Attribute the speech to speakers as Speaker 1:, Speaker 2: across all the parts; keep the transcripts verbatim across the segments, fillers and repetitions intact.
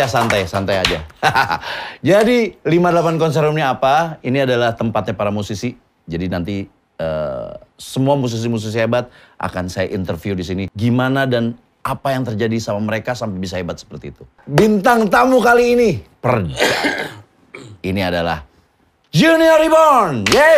Speaker 1: aja, santai, santai aja. Jadi lima puluh delapan Concert Room ini apa? Ini adalah tempatnya para musisi. Jadi nanti uh, semua musisi-musisi hebat akan saya interview di sini. Gimana dan apa yang terjadi sama mereka sampai bisa hebat seperti itu. Bintang tamu kali ini, per ini adalah Junior Reborn. Yeay!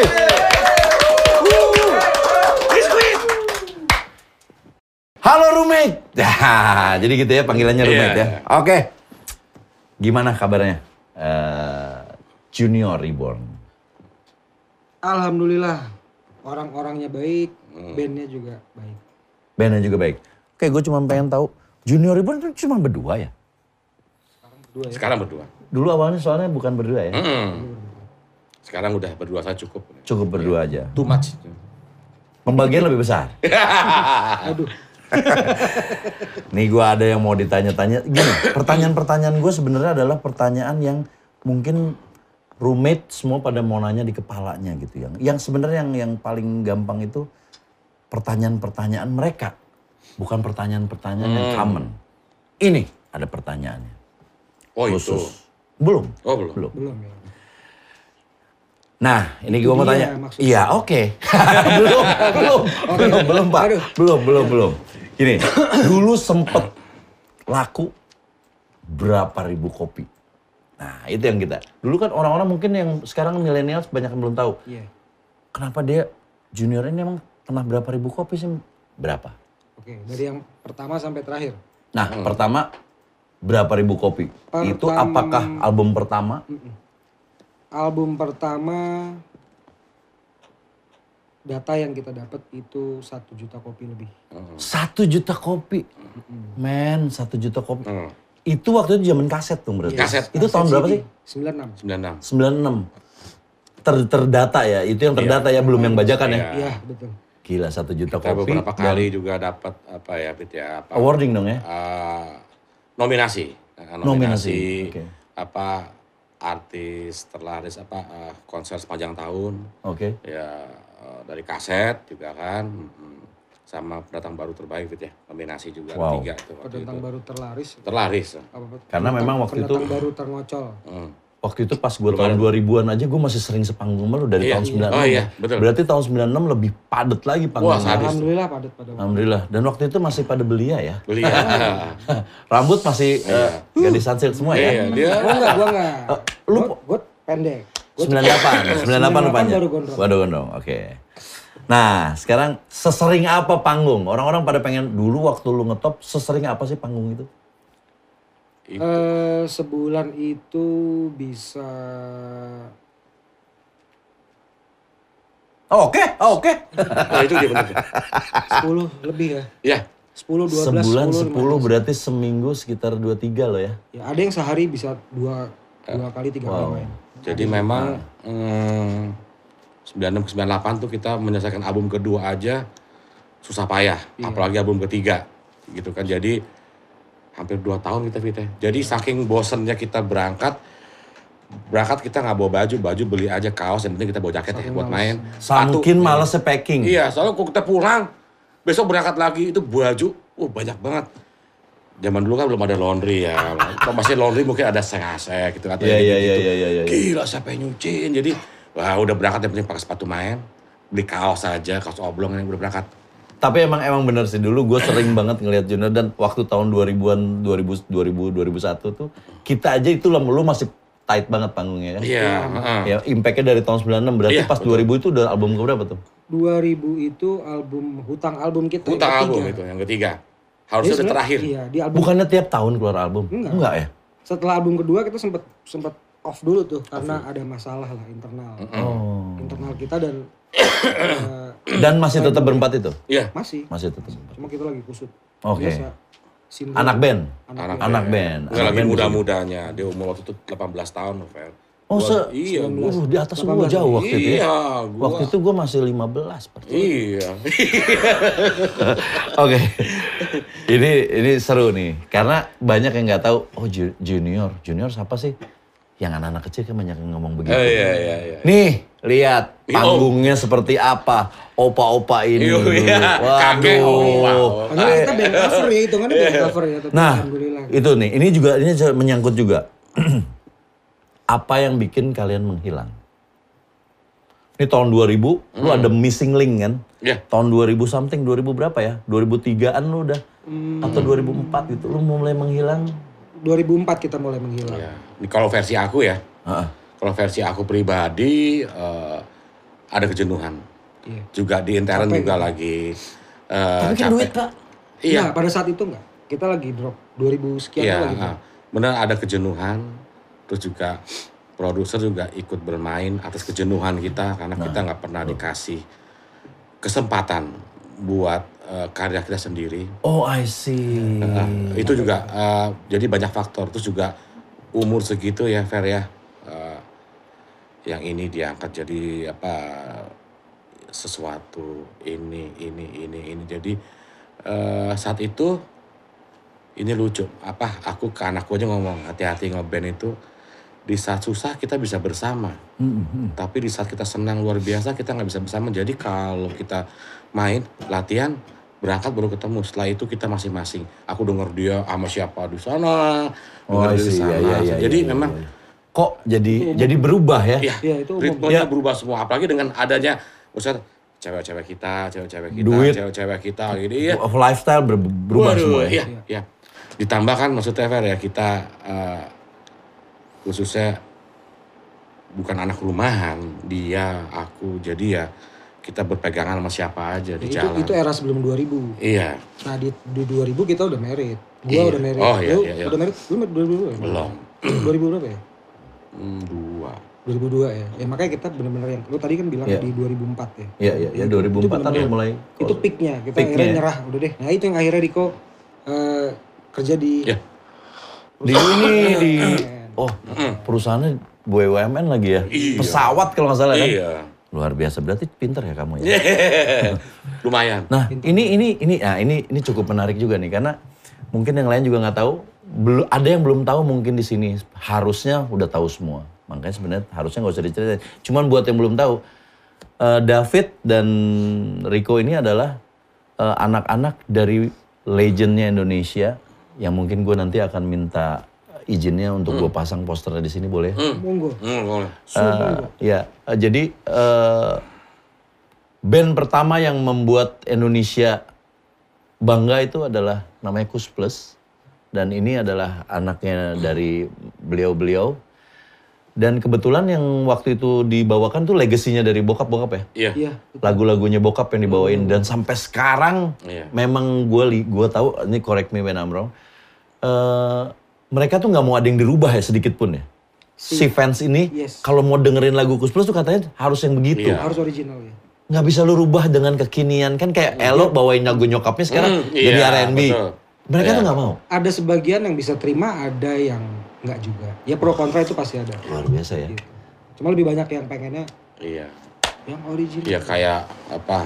Speaker 1: Halo roommate. Nah, jadi gitu ya panggilannya roommate yeah. ya. Oke. Okay. Gimana kabarnya? Uh, Junior Reborn.
Speaker 2: Alhamdulillah. Orang-orangnya baik, hmm. bandnya juga baik.
Speaker 1: Bandnya juga baik. Oke, gue cuma pengen tahu Junior Reborn itu cuma berdua ya?
Speaker 3: Sekarang berdua ya? Sekarang berdua.
Speaker 1: Dulu awalnya soalnya bukan berdua ya?
Speaker 3: Hmm. Sekarang udah berdua saja cukup.
Speaker 1: Cukup berdua ya. aja.
Speaker 3: Too much.
Speaker 1: Pembagian lebih besar.
Speaker 2: Aduh.
Speaker 1: Nih gue ada yang mau ditanya-tanya. Gini, pertanyaan-pertanyaan gue sebenarnya adalah pertanyaan yang mungkin roommate semua pada mau nanya di kepalanya gitu. Yang, yang sebenarnya yang yang paling gampang itu pertanyaan-pertanyaan mereka. Bukan pertanyaan-pertanyaan hmm. yang common. Ini ada pertanyaannya.
Speaker 3: Oh
Speaker 1: khusus.
Speaker 3: Itu?
Speaker 1: Belum.
Speaker 3: Oh belum.
Speaker 1: Belum.
Speaker 2: Belum ya.
Speaker 1: Nah, ini gue mau tanya.
Speaker 2: Maksudnya.
Speaker 1: Iya, oke. Okay. belum, belum, okay. belum, belum, Pak. Aduh. Belum, belum, belum. Gini, dulu sempet laku berapa ribu kopi. Nah, itu yang kita. Dulu kan orang-orang mungkin yang sekarang milenial banyak yang belum tahu.
Speaker 2: Iya.
Speaker 1: Kenapa dia Junior ini emang pernah berapa ribu kopi sih? Berapa?
Speaker 2: Oke, dari yang pertama sampai terakhir.
Speaker 1: Nah, hmm. pertama berapa ribu kopi? Pertama, itu apakah album pertama?
Speaker 2: Mm-mm. Album pertama, data yang kita dapat itu satu juta kopi lebih.
Speaker 1: Satu juta kopi? Mm-hmm. Men, satu juta kopi.
Speaker 3: Mm.
Speaker 1: Itu waktu itu zaman kaset dong berarti?
Speaker 3: Kaset.
Speaker 1: Itu tahun berapa sih?
Speaker 2: sembilan puluh enam.
Speaker 3: sembilan puluh enam.
Speaker 1: sembilan puluh enam. Ter, terdata ya? Itu yang terdata iya. ya, belum yang bajakan ya?
Speaker 2: Iya, betul.
Speaker 1: Gila, satu juta
Speaker 3: kita
Speaker 1: kopi.
Speaker 3: Beberapa kali dan juga dapat apa ya, Fit ya? Apa,
Speaker 1: awarding dong ya?
Speaker 3: Uh, nominasi. Nominasi.
Speaker 1: Nominasi. Okay.
Speaker 3: Apa, artis terlaris, apa, uh, konser sepanjang tahun.
Speaker 1: Oke. Okay.
Speaker 3: Ya, uh, dari kaset juga kan. Hmm, sama pendatang baru terbaik, Fit ya. Nominasi juga,
Speaker 1: wow.
Speaker 3: tiga itu.
Speaker 2: Pendatang baru terlaris.
Speaker 3: Terlaris.
Speaker 2: Apa,
Speaker 1: karena memang waktu itu.
Speaker 2: Pendatang baru terngocol.
Speaker 1: Hmm. Waktu itu pas gue tahun dua ribuan aja gue masih sering sepanggung sama lu dari
Speaker 3: iya,
Speaker 1: tahun sembilan puluh enam.
Speaker 3: Oh iya, betul.
Speaker 1: Berarti tahun sembilan puluh enam lebih padat lagi panggungnya.
Speaker 3: Wah, sadis.
Speaker 2: Alhamdulillah padat pada waktu.
Speaker 1: Alhamdulillah. Dan waktu itu masih pada belia ya.
Speaker 3: Belia.
Speaker 1: Rambut masih uh, gadis sunsilk semua ya.
Speaker 3: Iya, dia.
Speaker 2: Gua enggak, gua enggak.
Speaker 1: Uh, lu
Speaker 2: gue pendek.
Speaker 1: sembilan puluh delapan, sembilan puluh delapan lu panjang.
Speaker 2: Baru gondrong.
Speaker 1: Waduh gondrong, oke. Okay. Nah, sekarang sesering apa panggung? Orang-orang pada pengen dulu waktu lu ngetop, sesering apa sih panggung itu?
Speaker 2: Uh, sebulan itu bisa.
Speaker 1: Oh, oke, okay. oh, oke. Okay.
Speaker 3: Oh, itu dia benar.
Speaker 2: sepuluh lebih ya?
Speaker 3: Iya.
Speaker 2: sepuluh, dua belas,
Speaker 1: sebulan
Speaker 2: sepuluh,
Speaker 1: sepuluh berarti seminggu sekitar dua tiga loh ya?
Speaker 2: Ya, ada yang sehari bisa dua, dua kali, tiga
Speaker 1: wow.
Speaker 2: kali main.
Speaker 3: Jadi ada memang hmm, sembilan puluh enam sembilan puluh delapan tuh kita menyelesaikan album kedua aja susah payah. Iya. Apalagi album ketiga. Gitu kan, jadi hampir dua tahun kita Fit. Jadi saking bosennya kita berangkat, berangkat kita nggak bawa baju, baju beli aja kaos, yang penting kita bawa jaket ya buat main.
Speaker 1: Saking malesnya packing.
Speaker 3: Iya, soalnya kalau kita pulang, besok berangkat lagi itu baju, oh banyak banget. Zaman dulu kan belum ada laundry ya, masih laundry mungkin ada seng-seng gitu atau
Speaker 1: yeah,
Speaker 3: gitu.
Speaker 1: Yeah, yeah, yeah, yeah, yeah.
Speaker 3: Gila siapa yang nyuciin, jadi wah udah berangkat yang penting pakai sepatu main, beli kaos aja, kaos oblong yang udah berangkat.
Speaker 1: Tapi emang emang bener sih, dulu gue sering banget ngeliat Junior dan waktu tahun dua ribuan, dua ribu, dua ribu, dua ribu satu tuh kita aja itu lu masih tight banget panggungnya kan?
Speaker 3: Iya. Uh.
Speaker 1: Ya, impact-nya dari tahun sembilan puluh enam, berarti yeah, pas betul. dua ribu itu udah album keberapa tuh?
Speaker 2: dua ribu itu album, hutang album kita
Speaker 3: hutang yang album itu, yang ketiga. Harusnya udah terakhir.
Speaker 2: Iya, di album.
Speaker 1: Bukannya tiap tahun keluar album?
Speaker 2: Enggak.
Speaker 1: Enggak ya?
Speaker 2: Setelah album kedua kita sempat sempat off dulu tuh, karena off. Ada masalah lah internal.
Speaker 1: Oh.
Speaker 2: Internal kita dan... uh,
Speaker 1: dan masih tetap berempat itu?
Speaker 2: Iya. Masih.
Speaker 1: Masih tetap berempat.
Speaker 2: Cuma kita lagi kusut.
Speaker 1: Oke. Okay. Anak band?
Speaker 3: Anak,
Speaker 1: anak band.
Speaker 3: Enggak lagi muda-mudanya. Dia umur waktu itu delapan belas tahun, Novel.
Speaker 1: Oh, se
Speaker 3: iya,
Speaker 1: gua uh, di atas gua jauh waktu itu ya.
Speaker 3: Iya, gua.
Speaker 1: Waktu itu gua masih lima belas.
Speaker 3: Iya.
Speaker 1: Oke. Okay. Ini ini seru nih karena banyak yang nggak tahu oh Junior. Junior siapa sih? Yang anak-anak kecil kan banyak yang ngomong begitu.
Speaker 3: Oh, iya, iya, iya.
Speaker 1: Nih, lihat panggungnya seperti apa. Opa-opa ini.
Speaker 3: Iyo, iya. Kakek opa.
Speaker 2: Padahal kita band cover ya, hitungannya band cover ya. Tapi
Speaker 1: Nah,
Speaker 2: alhamdulillah.
Speaker 1: itu nih, ini juga ini menyangkut juga. Apa yang bikin kalian menghilang? Ini tahun dua ribu, hmm. lu ada missing link kan?
Speaker 3: Yeah.
Speaker 1: Tahun dua ribu something, dua ribu berapa ya? dua ribu tigaan lu udah, hmm. atau dua ribu empat gitu, lu mulai menghilang?
Speaker 2: dua ribu empat kita mulai menghilang.
Speaker 3: Ya. Ini kalau versi aku ya,
Speaker 1: uh-uh.
Speaker 3: kalau versi aku pribadi, uh, ada kejenuhan. Yeah. Juga di intern juga ya. Lagi uh,
Speaker 1: tapi kan
Speaker 3: capek.
Speaker 1: duit Pak.
Speaker 3: Iya.
Speaker 2: Nah, pada saat itu enggak, kita lagi drop dua ribu sekian
Speaker 3: iya,
Speaker 2: lagi drop.
Speaker 3: Benar ada kejenuhan, terus juga produser juga ikut bermain atas kejenuhan kita karena nah, kita nggak pernah oh. dikasih kesempatan buat uh, karya kita sendiri.
Speaker 1: Oh, I see.
Speaker 3: Uh, itu juga uh, jadi banyak faktor. Terus juga umur segitu ya, Fer ya. Uh, yang ini diangkat jadi apa sesuatu ini ini ini ini. Jadi uh, saat itu ini lucu. Apa aku ke anakku aja ngomong hati-hati ngeband itu. Di saat susah kita bisa bersama, mm-hmm. tapi di saat kita senang luar biasa kita nggak bisa bersama. Jadi kalau kita main latihan berangkat baru ketemu. Setelah itu kita masing-masing. Aku dengar dia sama siapa di sana,
Speaker 1: oh,
Speaker 3: dengar dia di sana.
Speaker 1: Ya, ya,
Speaker 3: jadi
Speaker 1: ya,
Speaker 3: memang
Speaker 1: ya. Kok jadi jadi berubah ya?
Speaker 3: Iya,
Speaker 2: ya, itu
Speaker 3: ritmenya
Speaker 1: ya.
Speaker 3: berubah semua. Apalagi dengan adanya, Ustaz, cewek-cewek kita, cewek-cewek kita,
Speaker 1: duit,
Speaker 3: cewek-cewek kita, gitu ya.
Speaker 1: Lifestyle ber- berubah
Speaker 3: Waduh,
Speaker 1: semua. Ya?
Speaker 3: Iya, iya. Ditambah kan maksudnya Fer ya kita. Uh, khususnya bukan anak rumahan, dia, aku, jadi ya kita berpegangan sama siapa aja di
Speaker 2: ya,
Speaker 3: jalan.
Speaker 2: Itu, itu era sebelum dua ribu.
Speaker 3: Iya.
Speaker 2: Nah di, di dua ribu kita udah married. Gua
Speaker 3: iya.
Speaker 2: udah married.
Speaker 3: Oh iya,
Speaker 2: Lu
Speaker 3: iya, iya.
Speaker 2: udah married? Lu dua ribu berapa ya?
Speaker 3: Belum.
Speaker 2: dua ribu berapa ya?
Speaker 3: Hmm, dua.
Speaker 2: dua ribu dua ya. Ya makanya kita benar-benar yang lu tadi kan bilang yeah. di dua ribu empat ya.
Speaker 1: Iya, iya, ya, dua ribu empat kan mulai.
Speaker 2: Itu peaknya. Kita
Speaker 1: peak
Speaker 2: akhirnya nyerah udah deh. Nah, itu yang akhirnya Riko uh, kerja di
Speaker 3: yeah.
Speaker 1: di ini di oh, perusahaannya B U M N lagi ya.
Speaker 3: Iya.
Speaker 1: Pesawat kalau nggak salah kan.
Speaker 3: Iya.
Speaker 1: Luar biasa, berarti pinter ya kamu ya.
Speaker 3: Lumayan.
Speaker 1: Nah, ini ini ini nah ini ini cukup menarik juga nih karena mungkin yang lain juga nggak tahu. Belum ada yang belum tahu mungkin di sini. Harusnya udah tahu semua. Makanya sebenarnya harusnya nggak usah diceritain. Cuman buat yang belum tahu, uh, David dan Riko ini adalah uh, anak-anak dari legendnya Indonesia yang mungkin gue nanti akan minta izinnya untuk hmm. gue pasang posternya di sini, boleh?
Speaker 3: Hmm.
Speaker 2: Monggo.
Speaker 3: Hmm, boleh.
Speaker 1: Uh, ya, uh, jadi uh, band pertama yang membuat Indonesia bangga itu adalah namanya Kus Plus, dan ini adalah anaknya dari beliau-beliau. Dan kebetulan yang waktu itu dibawakan tuh legasinya dari bokap-bokap ya.
Speaker 3: Iya.
Speaker 2: Iya.
Speaker 1: Lagu-lagunya bokap yang dibawain hmm. dan sampai sekarang
Speaker 3: iya.
Speaker 1: memang gue gue tahu, ini correct me when I'm wrong. Uh, mereka tuh nggak mau ada yang dirubah ya sedikit pun ya. Si, si fans ini
Speaker 2: yes.
Speaker 1: kalau mau dengerin lagu Kus Plus tuh katanya harus yang begitu.
Speaker 2: Iya. Harus original ya.
Speaker 1: Nggak bisa lu rubah dengan kekinian kan kayak
Speaker 2: iya.
Speaker 1: Elo bawain lagu nyokapnya sekarang
Speaker 3: mm,
Speaker 1: jadi
Speaker 3: iya,
Speaker 1: R and B.
Speaker 3: Betul.
Speaker 1: Mereka
Speaker 3: iya.
Speaker 1: tuh nggak mau.
Speaker 2: Ada sebagian yang bisa terima, ada yang nggak juga. Ya pro kontra itu pasti ada.
Speaker 1: Luar biasa ya.
Speaker 2: Gitu. Cuma lebih banyak yang pengennya.
Speaker 3: Iya.
Speaker 2: Yang original.
Speaker 3: Iya kayak apa?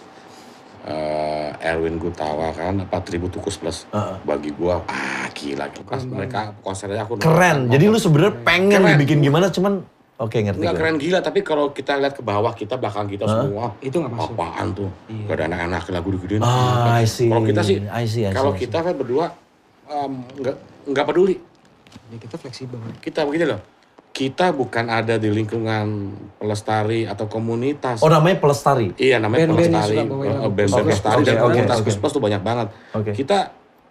Speaker 3: Uh, Erwin Gutawa kan apa tribut Kus Plus uh-uh. bagi gua ah gila pas mereka konsernya aku
Speaker 1: keren. Jadi lu sebenarnya pengen keren. Dibikin gimana cuman oke okay, ngerti.
Speaker 3: Enggak keren gila tapi kalau kita lihat ke bawah kita belakang kita huh? semua
Speaker 2: itu nggak masuk.
Speaker 3: Apaan tuh?
Speaker 2: Iya.
Speaker 3: Gak ada anak-anak lagu digedein.
Speaker 1: Ah, I see.
Speaker 3: Kalau kita sih
Speaker 1: I see, I see,
Speaker 3: kalau
Speaker 1: I see.
Speaker 3: kita kan berdua um, nggak nggak peduli.
Speaker 2: Ya kita fleksibel.
Speaker 3: Kita begini loh. Kita bukan ada di lingkungan pelestari atau komunitas.
Speaker 1: Oh namanya pelestari?
Speaker 3: Iya namanya
Speaker 2: band-band
Speaker 3: pelestari. Band-band pelestari dan komunitas Kus Plus tuh banyak banget.
Speaker 1: Okay.
Speaker 3: Kita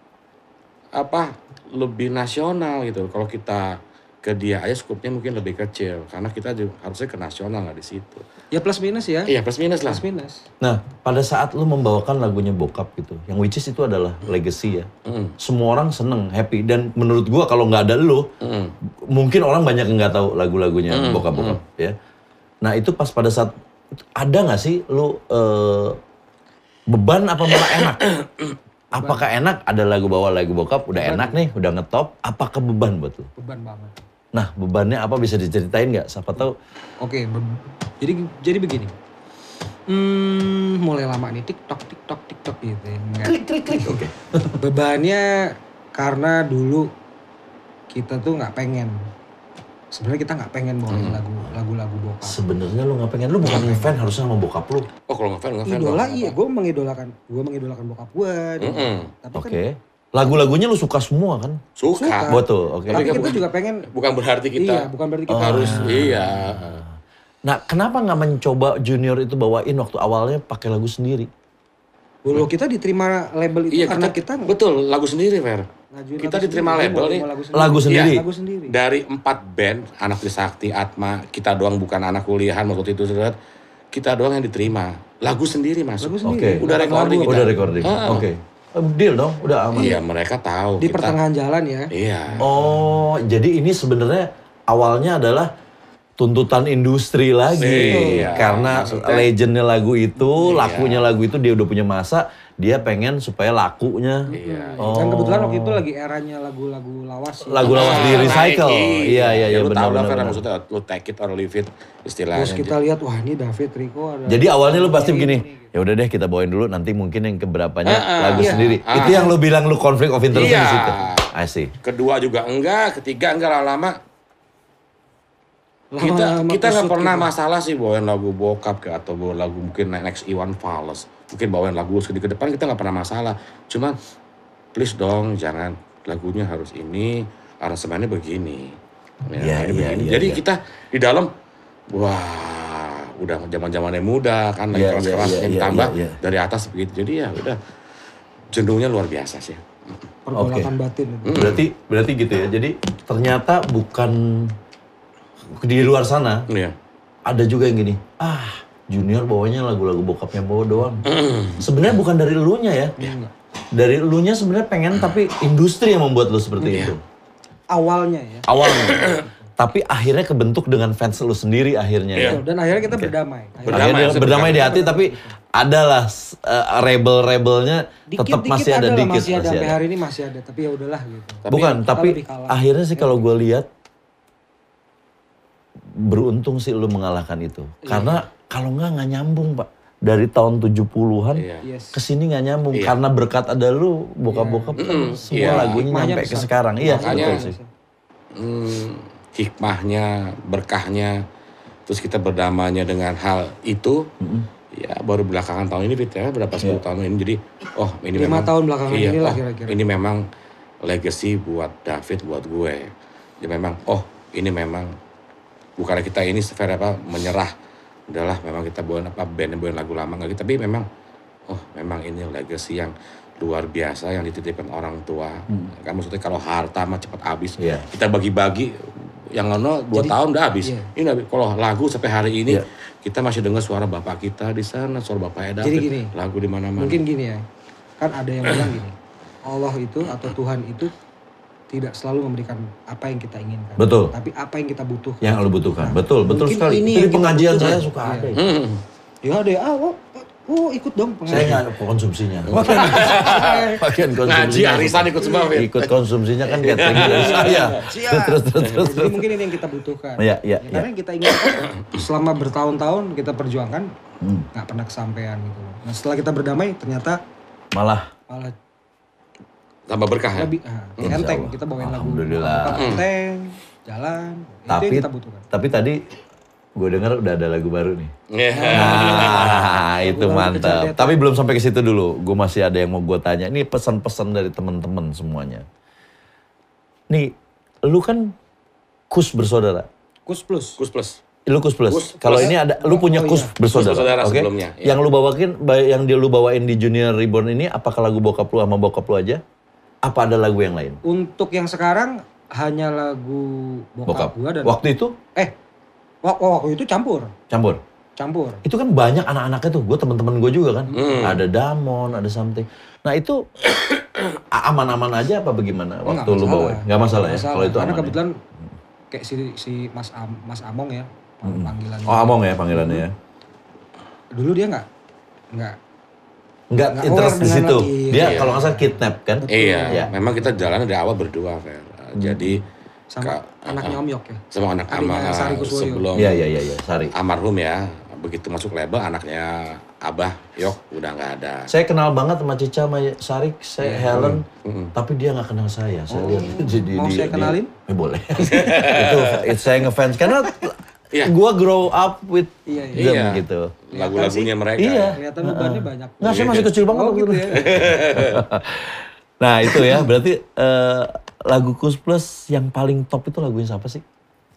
Speaker 3: apa lebih nasional gitu. Kalau kita ke dia aja skupnya mungkin lebih kecil. Karena kita juga harusnya ke nasional lah di situ.
Speaker 2: Ya plus minus ya.
Speaker 3: Iya plus minus lah.
Speaker 2: Plus minus.
Speaker 1: Nah pada saat lu membawakan lagunya bokap gitu. Yang which is itu adalah legacy ya.
Speaker 3: Mm.
Speaker 1: Semua orang seneng, happy. Dan menurut gua kalau nggak ada lu, mm. mungkin orang banyak yang nggak tahu lagu-lagunya mm. bokap-bokap mm. ya. Nah itu pas pada saat, ada nggak sih lu uh, beban apa malah enak? Apakah enak ada lagu bawa lagu bokap, udah beban. Enak nih, udah ngetop. Apakah beban buat lu?
Speaker 2: Beban banget.
Speaker 1: Nah bebannya apa bisa diceritain nggak? Siapa tahu.
Speaker 2: Oke, be- jadi jadi begini. Hmm, mulai lama nih TikTok, TikTok, TikTok gitu ya.
Speaker 1: Klik, klik, klik. Oke. Okay.
Speaker 2: Bebannya karena dulu kita tuh nggak pengen sebenarnya kita nggak pengen bawain lagu lagu-lagu bokap.
Speaker 1: Sebenarnya lu nggak pengen, lu bukan ngefans harusnya sama bokap lu.
Speaker 3: Oh kalau ngefans ngefans.
Speaker 2: Idola
Speaker 3: dong.
Speaker 2: iya, gue mengidolakan, gue mengidolakan bokap gue.
Speaker 3: Mm-mm.
Speaker 2: Tapi
Speaker 1: Oke.
Speaker 2: kan,
Speaker 1: Lagu-lagunya lu suka semua kan?
Speaker 3: Suka.
Speaker 2: Suka.
Speaker 1: Betul, oke.
Speaker 2: tapi
Speaker 3: Tapi kan
Speaker 2: kita
Speaker 3: bukan-
Speaker 2: juga pengen.
Speaker 3: Bukan berarti kita
Speaker 2: Iya, bukan berarti kita
Speaker 3: harus iya.
Speaker 1: Nah, kenapa nggak mencoba Junior itu bawain waktu awalnya pakai lagu sendiri?
Speaker 2: Dulu kita diterima label itu
Speaker 3: Iya
Speaker 2: karena
Speaker 3: kita,
Speaker 2: kita,
Speaker 3: betul lagu sendiri Fer.
Speaker 2: ngajuin
Speaker 3: Kita
Speaker 2: lagu
Speaker 3: diterima
Speaker 2: sendiri,
Speaker 3: label
Speaker 2: mau-
Speaker 3: nih.
Speaker 2: mau
Speaker 1: Lagu sendiri?
Speaker 2: Iya, lagu sendiri.
Speaker 3: Dari empat band, Anak Trisakti, Atma, kita doang bukan anak kuliahan waktu itu sudah. Kita doang yang diterima. Lagu sendiri masuk.
Speaker 2: Lagu sendiri.
Speaker 1: Oke.
Speaker 3: Udah
Speaker 2: Lagu-
Speaker 3: recording kita.
Speaker 1: Udah recording.
Speaker 3: Ah.
Speaker 1: Oke. Eh, Deal dong, udah aman.
Speaker 3: Iya mereka tahu.
Speaker 2: Di
Speaker 3: kita-
Speaker 2: pertengahan jalan ya.
Speaker 3: Iya.
Speaker 1: Oh, jadi ini sebenarnya awalnya adalah tuntutan industri lagi.
Speaker 3: Iya,
Speaker 1: Karena
Speaker 3: maksudnya-
Speaker 1: legendnya lagu itu,
Speaker 3: Iya.
Speaker 1: lakunya lagu itu dia udah punya masa, dia pengen supaya lakunya.
Speaker 3: Iya.
Speaker 1: Oh.
Speaker 2: Dan kebetulan waktu itu lagi eranya lagu-lagu lawas. ya.
Speaker 1: Lagu lawas di
Speaker 3: Ah,
Speaker 1: recycle.
Speaker 3: naik,
Speaker 1: Iya, iya, iya,
Speaker 3: lu
Speaker 1: benar,
Speaker 3: tahu lah
Speaker 1: benar,
Speaker 3: Fer,
Speaker 1: benar.
Speaker 3: maksudnya lu take it or leave it istilahnya.
Speaker 2: Terus kita lihat, wah ini David Rico ada.
Speaker 1: Jadi awalnya lu pasti
Speaker 2: ini,
Speaker 1: begini,
Speaker 2: ini, gitu.
Speaker 1: ya udah deh kita bawain dulu, nanti mungkin yang keberapanya
Speaker 3: Ah, ah,
Speaker 1: lagu
Speaker 2: iya.
Speaker 1: sendiri.
Speaker 3: Ah.
Speaker 1: Itu yang lu bilang lu konflik of interest
Speaker 3: Iya.
Speaker 1: di situ. I see.
Speaker 3: Kedua juga enggak, ketiga enggak lama-lama. Kita
Speaker 2: Lama-lama
Speaker 3: kita nggak
Speaker 2: kusut
Speaker 3: pernah
Speaker 2: gitu.
Speaker 3: masalah sih bawain lagu bokap kayak atau bawain lagu mungkin Next Iwan Fals, mungkin bawain lagu sedikit ke depan kita nggak pernah masalah. Cuman please dong jangan lagunya harus ini, aransemennya begini. Ya,
Speaker 1: Iya,
Speaker 3: ini
Speaker 1: iya,
Speaker 3: begini.
Speaker 1: iya,
Speaker 3: Jadi
Speaker 1: iya.
Speaker 3: kita di dalam wah udah zaman-zamannya muda kan lagi
Speaker 1: Iya,
Speaker 3: keras-keras
Speaker 1: iya,
Speaker 3: yang
Speaker 1: iya,
Speaker 3: tambah
Speaker 1: iya, iya.
Speaker 3: dari atas begitu. Jadi ya udah jenuhnya luar biasa sih.
Speaker 2: Pergolakan batin itu.
Speaker 3: Hmm.
Speaker 1: Berarti berarti gitu ya. Jadi ternyata bukan di luar sana
Speaker 3: Iya.
Speaker 1: ada juga yang gini. Ah, Junior bawanya lagu-lagu bokapnya bawa doang.
Speaker 3: Hmm.
Speaker 1: Sebenarnya bukan dari elunya ya.
Speaker 2: Enggak.
Speaker 1: Dari elunya sebenarnya pengen tapi industri yang membuat lu seperti
Speaker 3: Iya.
Speaker 1: itu.
Speaker 2: Awalnya ya.
Speaker 1: Awalnya. Tapi akhirnya kebentuk dengan fans lu sendiri akhirnya
Speaker 3: Iya.
Speaker 1: ya.
Speaker 2: Betul. Dan akhirnya kita berdamai. Akhirnya
Speaker 3: Berdamai,
Speaker 1: Akhirnya
Speaker 3: maksudnya
Speaker 1: berdamai di
Speaker 3: berdamai.
Speaker 1: hati tapi adalah uh, rebel-rebelnya tetap
Speaker 2: dikit-dikit
Speaker 1: masih ada,
Speaker 2: lah,
Speaker 1: dikit
Speaker 2: masih ada
Speaker 1: masih
Speaker 2: sampai
Speaker 1: ada.
Speaker 2: hari ini masih ada. Tapi ya udahlah gitu.
Speaker 3: Tapi
Speaker 1: Bukan,
Speaker 2: kita
Speaker 1: tapi
Speaker 2: lebih kalah.
Speaker 1: akhirnya sih kalau gue lihat beruntung sih lu mengalahkan itu.
Speaker 2: Iya.
Speaker 1: Karena kalau nggak nggak nyambung, Pak. Dari tahun tujuh puluhan
Speaker 3: Iya.
Speaker 2: Yes.
Speaker 1: ke sini nggak nyambung
Speaker 3: Iya.
Speaker 1: karena berkat ada lu bokap-bokap kan
Speaker 3: Mm-mm.
Speaker 1: semua
Speaker 3: Iya.
Speaker 1: lagunya
Speaker 2: Hikmahnya
Speaker 1: nyampe ke
Speaker 2: besar.
Speaker 1: sekarang. Iya,
Speaker 3: Makanya-
Speaker 1: betul sih.
Speaker 3: hmm, hikmahnya, berkahnya, terus kita berdamainya dengan hal itu, ya baru belakangan tahun ini Fit ya, berapa sepuluh tahun ini jadi, oh ini
Speaker 2: Lima
Speaker 3: memang
Speaker 2: tahun belakangan
Speaker 3: iya,
Speaker 2: inilah
Speaker 3: oh,
Speaker 2: kira-kira.
Speaker 3: ini memang legacy buat David, buat gue. Ya memang, oh ini memang bukan kita ini sefair apa menyerah, udahlah memang kita bawain apa band bawain lagu lama nggak gitu, tapi memang, oh memang ini legacy yang luar biasa yang dititipkan orang tua. Kan maksudnya kalau harta mah cepat habis,
Speaker 1: Iya.
Speaker 3: kita bagi-bagi yang ono dua
Speaker 2: Jadi,
Speaker 3: tahun udah habis.
Speaker 2: iya.
Speaker 3: Ini habis. Kalau lagu sampai hari ini
Speaker 1: Iya.
Speaker 3: kita masih dengar suara bapak kita di sana, suara bapak David,
Speaker 2: Jadi gini,
Speaker 3: lagu di mana-mana.
Speaker 2: Mungkin gini ya. Kan ada yang bilang gini. Allah itu atau Tuhan itu tidak selalu memberikan apa yang kita inginkan.
Speaker 1: Betul.
Speaker 2: Tapi apa yang kita butuhkan.
Speaker 1: Yang lu butuhkan. Betul, betul
Speaker 2: Mungkin
Speaker 1: sekali.
Speaker 2: ini
Speaker 1: Itu di
Speaker 2: yang kita
Speaker 1: pengajian
Speaker 2: butuhkan.
Speaker 1: saya suka
Speaker 2: Iya.
Speaker 1: ada. ya.
Speaker 3: Hmm.
Speaker 2: Ya deh, ah, oh, oh ikut dong
Speaker 1: Saya
Speaker 2: pengajian.
Speaker 1: nggak konsumsinya. Bagian
Speaker 3: Ngaji
Speaker 1: konsumsinya.
Speaker 3: arisan ikut semua, Fit.
Speaker 1: Ikut konsumsinya kan catering dari saya.
Speaker 2: Siap.
Speaker 1: Terus terus terus
Speaker 2: Jadi
Speaker 1: terus.
Speaker 2: mungkin ini yang kita butuhkan.
Speaker 1: Iya, iya,
Speaker 2: Ya, karena yang kita inginkan selama bertahun-tahun kita perjuangkan nggak pernah kesampaian gitu. Nah setelah kita berdamai ternyata
Speaker 1: Malah
Speaker 2: malah
Speaker 3: Tambah berkah ya.
Speaker 2: lebih ah,
Speaker 1: Insya
Speaker 2: enteng.
Speaker 1: Allah.
Speaker 2: Kita bawain lagu
Speaker 1: Alhamdulillah.
Speaker 2: bukan enteng, jalan. Itu
Speaker 1: tapi
Speaker 2: yang kita butuhkan.
Speaker 1: tapi tadi gue dengar udah ada lagu baru nih.
Speaker 3: Iya.
Speaker 1: Nah, itu
Speaker 2: Lagu baru
Speaker 1: mantap.
Speaker 2: Kejar
Speaker 1: Tapi belum sampai ke situ dulu. Gue masih ada yang mau gue tanya. Ini pesan-pesan dari teman-teman semuanya. Nih, lu kan kus bersaudara.
Speaker 2: Kus plus.
Speaker 3: Kus plus.
Speaker 1: Lu kus plus.
Speaker 3: Kus
Speaker 1: Kalau
Speaker 3: plus.
Speaker 1: ini ada, lu
Speaker 2: Oh,
Speaker 1: punya
Speaker 2: oh
Speaker 1: kus
Speaker 2: iya.
Speaker 1: bersaudara.
Speaker 3: Kus bersaudara
Speaker 1: oke?
Speaker 3: sebelumnya, iya.
Speaker 1: Yang lu bawain, ba- yang dia lu bawain di Junior Reborn ini, apakah lagu bokap lu sama bokap lu aja? Apa ada lagu yang lain?
Speaker 2: Untuk yang sekarang hanya lagu bokap, gua dan
Speaker 1: Waktu itu
Speaker 2: eh wak- waktu itu campur,
Speaker 1: campur.
Speaker 2: campur.
Speaker 1: Itu kan banyak anak-anaknya tuh. Gue teman-teman gue juga kan.
Speaker 3: Hmm.
Speaker 1: Ada Damon, ada something. Nah itu a- aman-aman aja apa bagaimana
Speaker 2: Oh,
Speaker 1: waktu
Speaker 2: nggak
Speaker 1: lu
Speaker 2: masalah.
Speaker 1: bawain? Nggak masalah ya?
Speaker 2: Nggak
Speaker 1: Kalau itu
Speaker 2: Karena
Speaker 1: aman ya?
Speaker 2: kebetulan kayak si si Mas Am, Mas Among ya panggilannya.
Speaker 1: Oh Among ya panggilannya ya?
Speaker 2: Dulu dia nggak nggak
Speaker 1: Nggak
Speaker 2: Nggak
Speaker 1: interest
Speaker 2: aware
Speaker 1: di
Speaker 2: dengan
Speaker 1: situ.
Speaker 2: lagi.
Speaker 1: Dia
Speaker 3: Iya.
Speaker 1: kalau nggak salah kidnap kan?
Speaker 3: Iya,
Speaker 1: Iya.
Speaker 3: memang kita jalan dari awal berdua, Fer. Jadi
Speaker 2: sama
Speaker 3: Ka-
Speaker 2: anaknya Om Yok ya.
Speaker 3: sama anak
Speaker 2: Adiknya
Speaker 3: ama
Speaker 2: Sari Kuswoyo.
Speaker 3: sebelum
Speaker 1: Iya iya iya iya. Sari.
Speaker 3: almarhum ya, begitu masuk label anaknya Abah, Yok udah nggak ada.
Speaker 1: Saya kenal banget sama Cica, sama Sarik, saya Helen,
Speaker 3: Mm-mm.
Speaker 1: tapi dia nggak kenal saya. Saya lihat jadi
Speaker 2: Mau
Speaker 1: dia-
Speaker 2: saya kenalin?
Speaker 1: dia- eh, boleh. Itu it- saya ngefans karena
Speaker 3: Iya.
Speaker 1: gua grow up with
Speaker 2: Iya, iya.
Speaker 1: them
Speaker 3: Iya.
Speaker 1: gitu.
Speaker 3: Lagu-lagunya mereka.
Speaker 1: Iya.
Speaker 2: Ternyata bebannya banyak.
Speaker 1: Nggak, saya masih kecil banget.
Speaker 2: Oh
Speaker 1: waktu
Speaker 2: gitu
Speaker 1: itu.
Speaker 2: ya.
Speaker 1: Nah itu ya, berarti eh, lagu Kus Plus yang paling top itu lagunya siapa sih?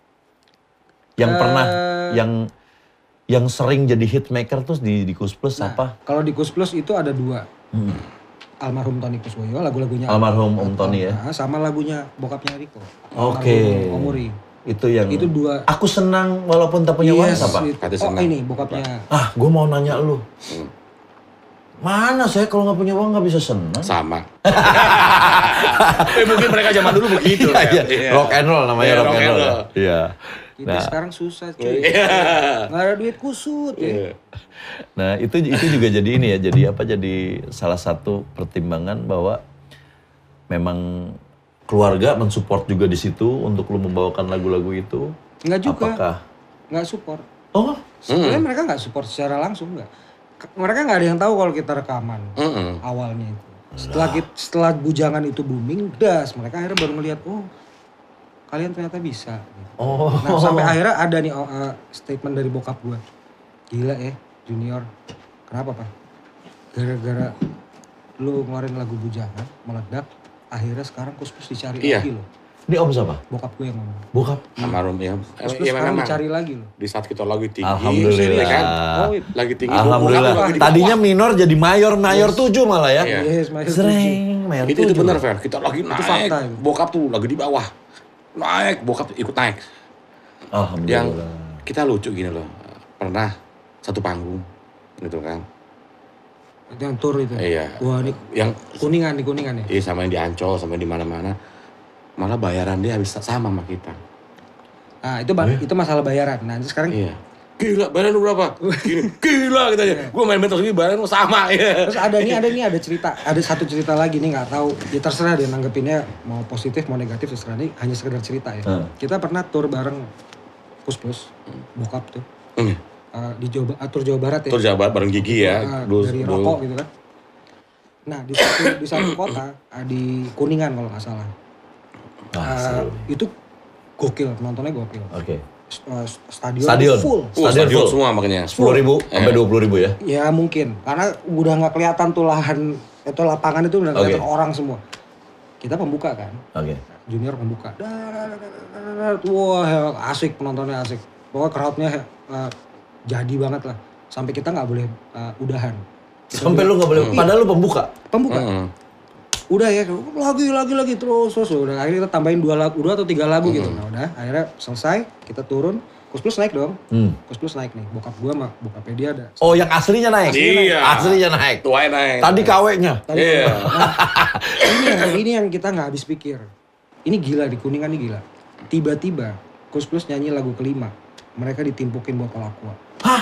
Speaker 1: Yang pernah, yang yang sering jadi hitmaker terus di, di Kus Plus
Speaker 2: Nah,
Speaker 1: apa?
Speaker 2: kalau di Kus Plus itu ada dua. Almarhum Tony Kuswoyo, lagu-lagunya
Speaker 1: Almarhum Om Tony ya?
Speaker 2: Nah, sama lagunya bokapnya Riko.
Speaker 1: Oke.
Speaker 2: Almarhum Omuri.
Speaker 1: Itu yang,
Speaker 2: Itu dua.
Speaker 1: aku senang walaupun tak punya
Speaker 2: Yes,
Speaker 1: waris apa?
Speaker 2: itu.
Speaker 3: Kata
Speaker 2: Oh
Speaker 3: senang.
Speaker 2: ini bokapnya.
Speaker 1: Ah, gue mau nanya lu.
Speaker 3: Hmm.
Speaker 1: Mana saya kalau nggak punya uang nggak bisa senang?
Speaker 3: Sama. eh, mungkin mereka zaman dulu begitu.
Speaker 1: Iya,
Speaker 3: kan?
Speaker 1: iya. Rock and roll namanya,
Speaker 3: Iya,
Speaker 1: rock,
Speaker 3: rock
Speaker 1: and
Speaker 3: and
Speaker 1: roll.
Speaker 3: roll.
Speaker 1: Iya.
Speaker 2: Kita
Speaker 1: Nah.
Speaker 2: sekarang susah cuy.
Speaker 3: Iya.
Speaker 2: Nggak ada duit kusut ya.
Speaker 3: Iya.
Speaker 1: Nah itu itu juga jadi ini ya, jadi apa? Jadi salah satu pertimbangan bahwa memang keluarga mensupport juga di situ untuk lu membawakan lagu-lagu itu.
Speaker 2: Enggak juga.
Speaker 1: Apakah?
Speaker 2: Nggak support.
Speaker 1: Oh,
Speaker 2: Sebenarnya mereka nggak support secara langsung nggak. Ke- Mereka nggak ada yang tahu kalau kita rekaman
Speaker 3: Mm-mm.
Speaker 2: awalnya itu. Setelah kita, setelah bujangan itu booming, das mereka akhirnya baru melihat oh kalian ternyata bisa.
Speaker 1: oh.
Speaker 2: Nah sampai akhirnya ada nih oh, uh, statement dari bokap gue. Gila ya Junior. Kenapa Pak? Gara-gara lu ngeluarin lagu bujangan meledak. Akhirnya sekarang Kus Plus dicari
Speaker 3: Iya.
Speaker 2: lagi loh.
Speaker 1: Ini om siapa?
Speaker 2: Bokap gue yang ngomong.
Speaker 1: Bokap.
Speaker 3: Almarhum ya.
Speaker 2: Kus Plus
Speaker 3: Iya
Speaker 2: sekarang
Speaker 3: memang.
Speaker 2: dicari lagi loh.
Speaker 3: Di saat kita lagi tinggi.
Speaker 1: Alhamdulillah.
Speaker 3: ya kan? Oh, lagi tinggi.
Speaker 1: Alhamdulillah.
Speaker 3: bokap lagi di bawah.
Speaker 1: Tadinya minor jadi mayor, mayor tujuh malah ya.
Speaker 3: Iya.
Speaker 2: Yes, Mayor tujuh.
Speaker 1: Sering mayor
Speaker 3: Itu, itu
Speaker 1: tujuh.
Speaker 3: benar Fer. Kita lagi naik.
Speaker 2: fakta, itu.
Speaker 3: Bokap tuh lagi di bawah. Naik. Bokap ikut naik.
Speaker 1: Alhamdulillah.
Speaker 3: Yang kita lucu gini loh. Pernah satu panggung. Gitu kan.
Speaker 2: Itu yang tour itu.
Speaker 3: Iya.
Speaker 2: Wah ini
Speaker 3: Yang
Speaker 2: kuningan di kuningan ya.
Speaker 3: Iya sama yang di Ancol, sama yang di mana-mana. Malah bayaran dia habis sama sama kita.
Speaker 2: Nah itu ba- itu masalah bayaran. Nah sekarang
Speaker 3: Iya. Gila, bayaran lu berapa? Gini, gila kita aja. Gue main bentos ini bayaran lu sama ya.
Speaker 2: terus ada nih ada nih ada cerita ada satu cerita lagi nih nggak tahu ya terserah dia nanggepinnya mau positif mau negatif terserah nih hanya sekedar cerita ya.
Speaker 1: Hmm.
Speaker 2: Kita pernah tour bareng Kus Plus bokap tuh
Speaker 3: Hmm.
Speaker 2: uh, di Jawa Ba- tour Jawa Barat ya.
Speaker 3: Terus jabat bareng Gigi ya.
Speaker 2: Uh,
Speaker 3: Dulu,
Speaker 2: dari
Speaker 3: dulu.
Speaker 2: rokok gitu kan. Nah di satu di satu kota uh, di Kuningan kalau nggak salah.
Speaker 1: Ah,
Speaker 2: Uh,
Speaker 1: seru.
Speaker 2: itu gokil penontonnya gokil.
Speaker 1: Oke.
Speaker 2: S- uh, stadion,
Speaker 1: Stadion.
Speaker 2: full.
Speaker 3: Wah,
Speaker 1: Stadion
Speaker 3: stadion
Speaker 1: full.
Speaker 3: semua makanya.
Speaker 1: Sepuluh ribu sampai dua puluh ribu ya.
Speaker 2: Ya mungkin karena udah nggak kelihatan tuh lahan itu lapangan itu udah kelihatan
Speaker 1: Oke.
Speaker 2: orang semua. Kita pembuka kan,
Speaker 1: Oke.
Speaker 2: junior pembuka. Wah asik penontonnya asik. Pokoknya crowdnya uh, jadi banget lah. Sampai kita nggak boleh uh, udahan. Kita
Speaker 1: Sampai lu nggak boleh. Padahal lu pembuka.
Speaker 2: pembuka.
Speaker 3: Mm-mm.
Speaker 2: Udah ya lagi lagi lagi terus terus udah akhirnya kita tambahin dua lagu dua atau tiga lagu gitu. Nah udah akhirnya selesai kita turun. Kus Plus naik dong.
Speaker 1: Hmm.
Speaker 2: Kus Plus naik nih. Bokap gua sama bokapnya dia ada.
Speaker 1: Oh yang aslinya naik.
Speaker 3: Iya.
Speaker 1: Aslinya naik.
Speaker 3: Tuain naik.
Speaker 1: Tadi K W-nya.
Speaker 2: Tadi
Speaker 3: Iya.
Speaker 2: nah, ini yang ini yang kita nggak habis pikir. Ini gila di Kuningan ini gila. Tiba-tiba Kus Plus nyanyi lagu kelima. Mereka ditimpukin botol aqua.
Speaker 1: Hah?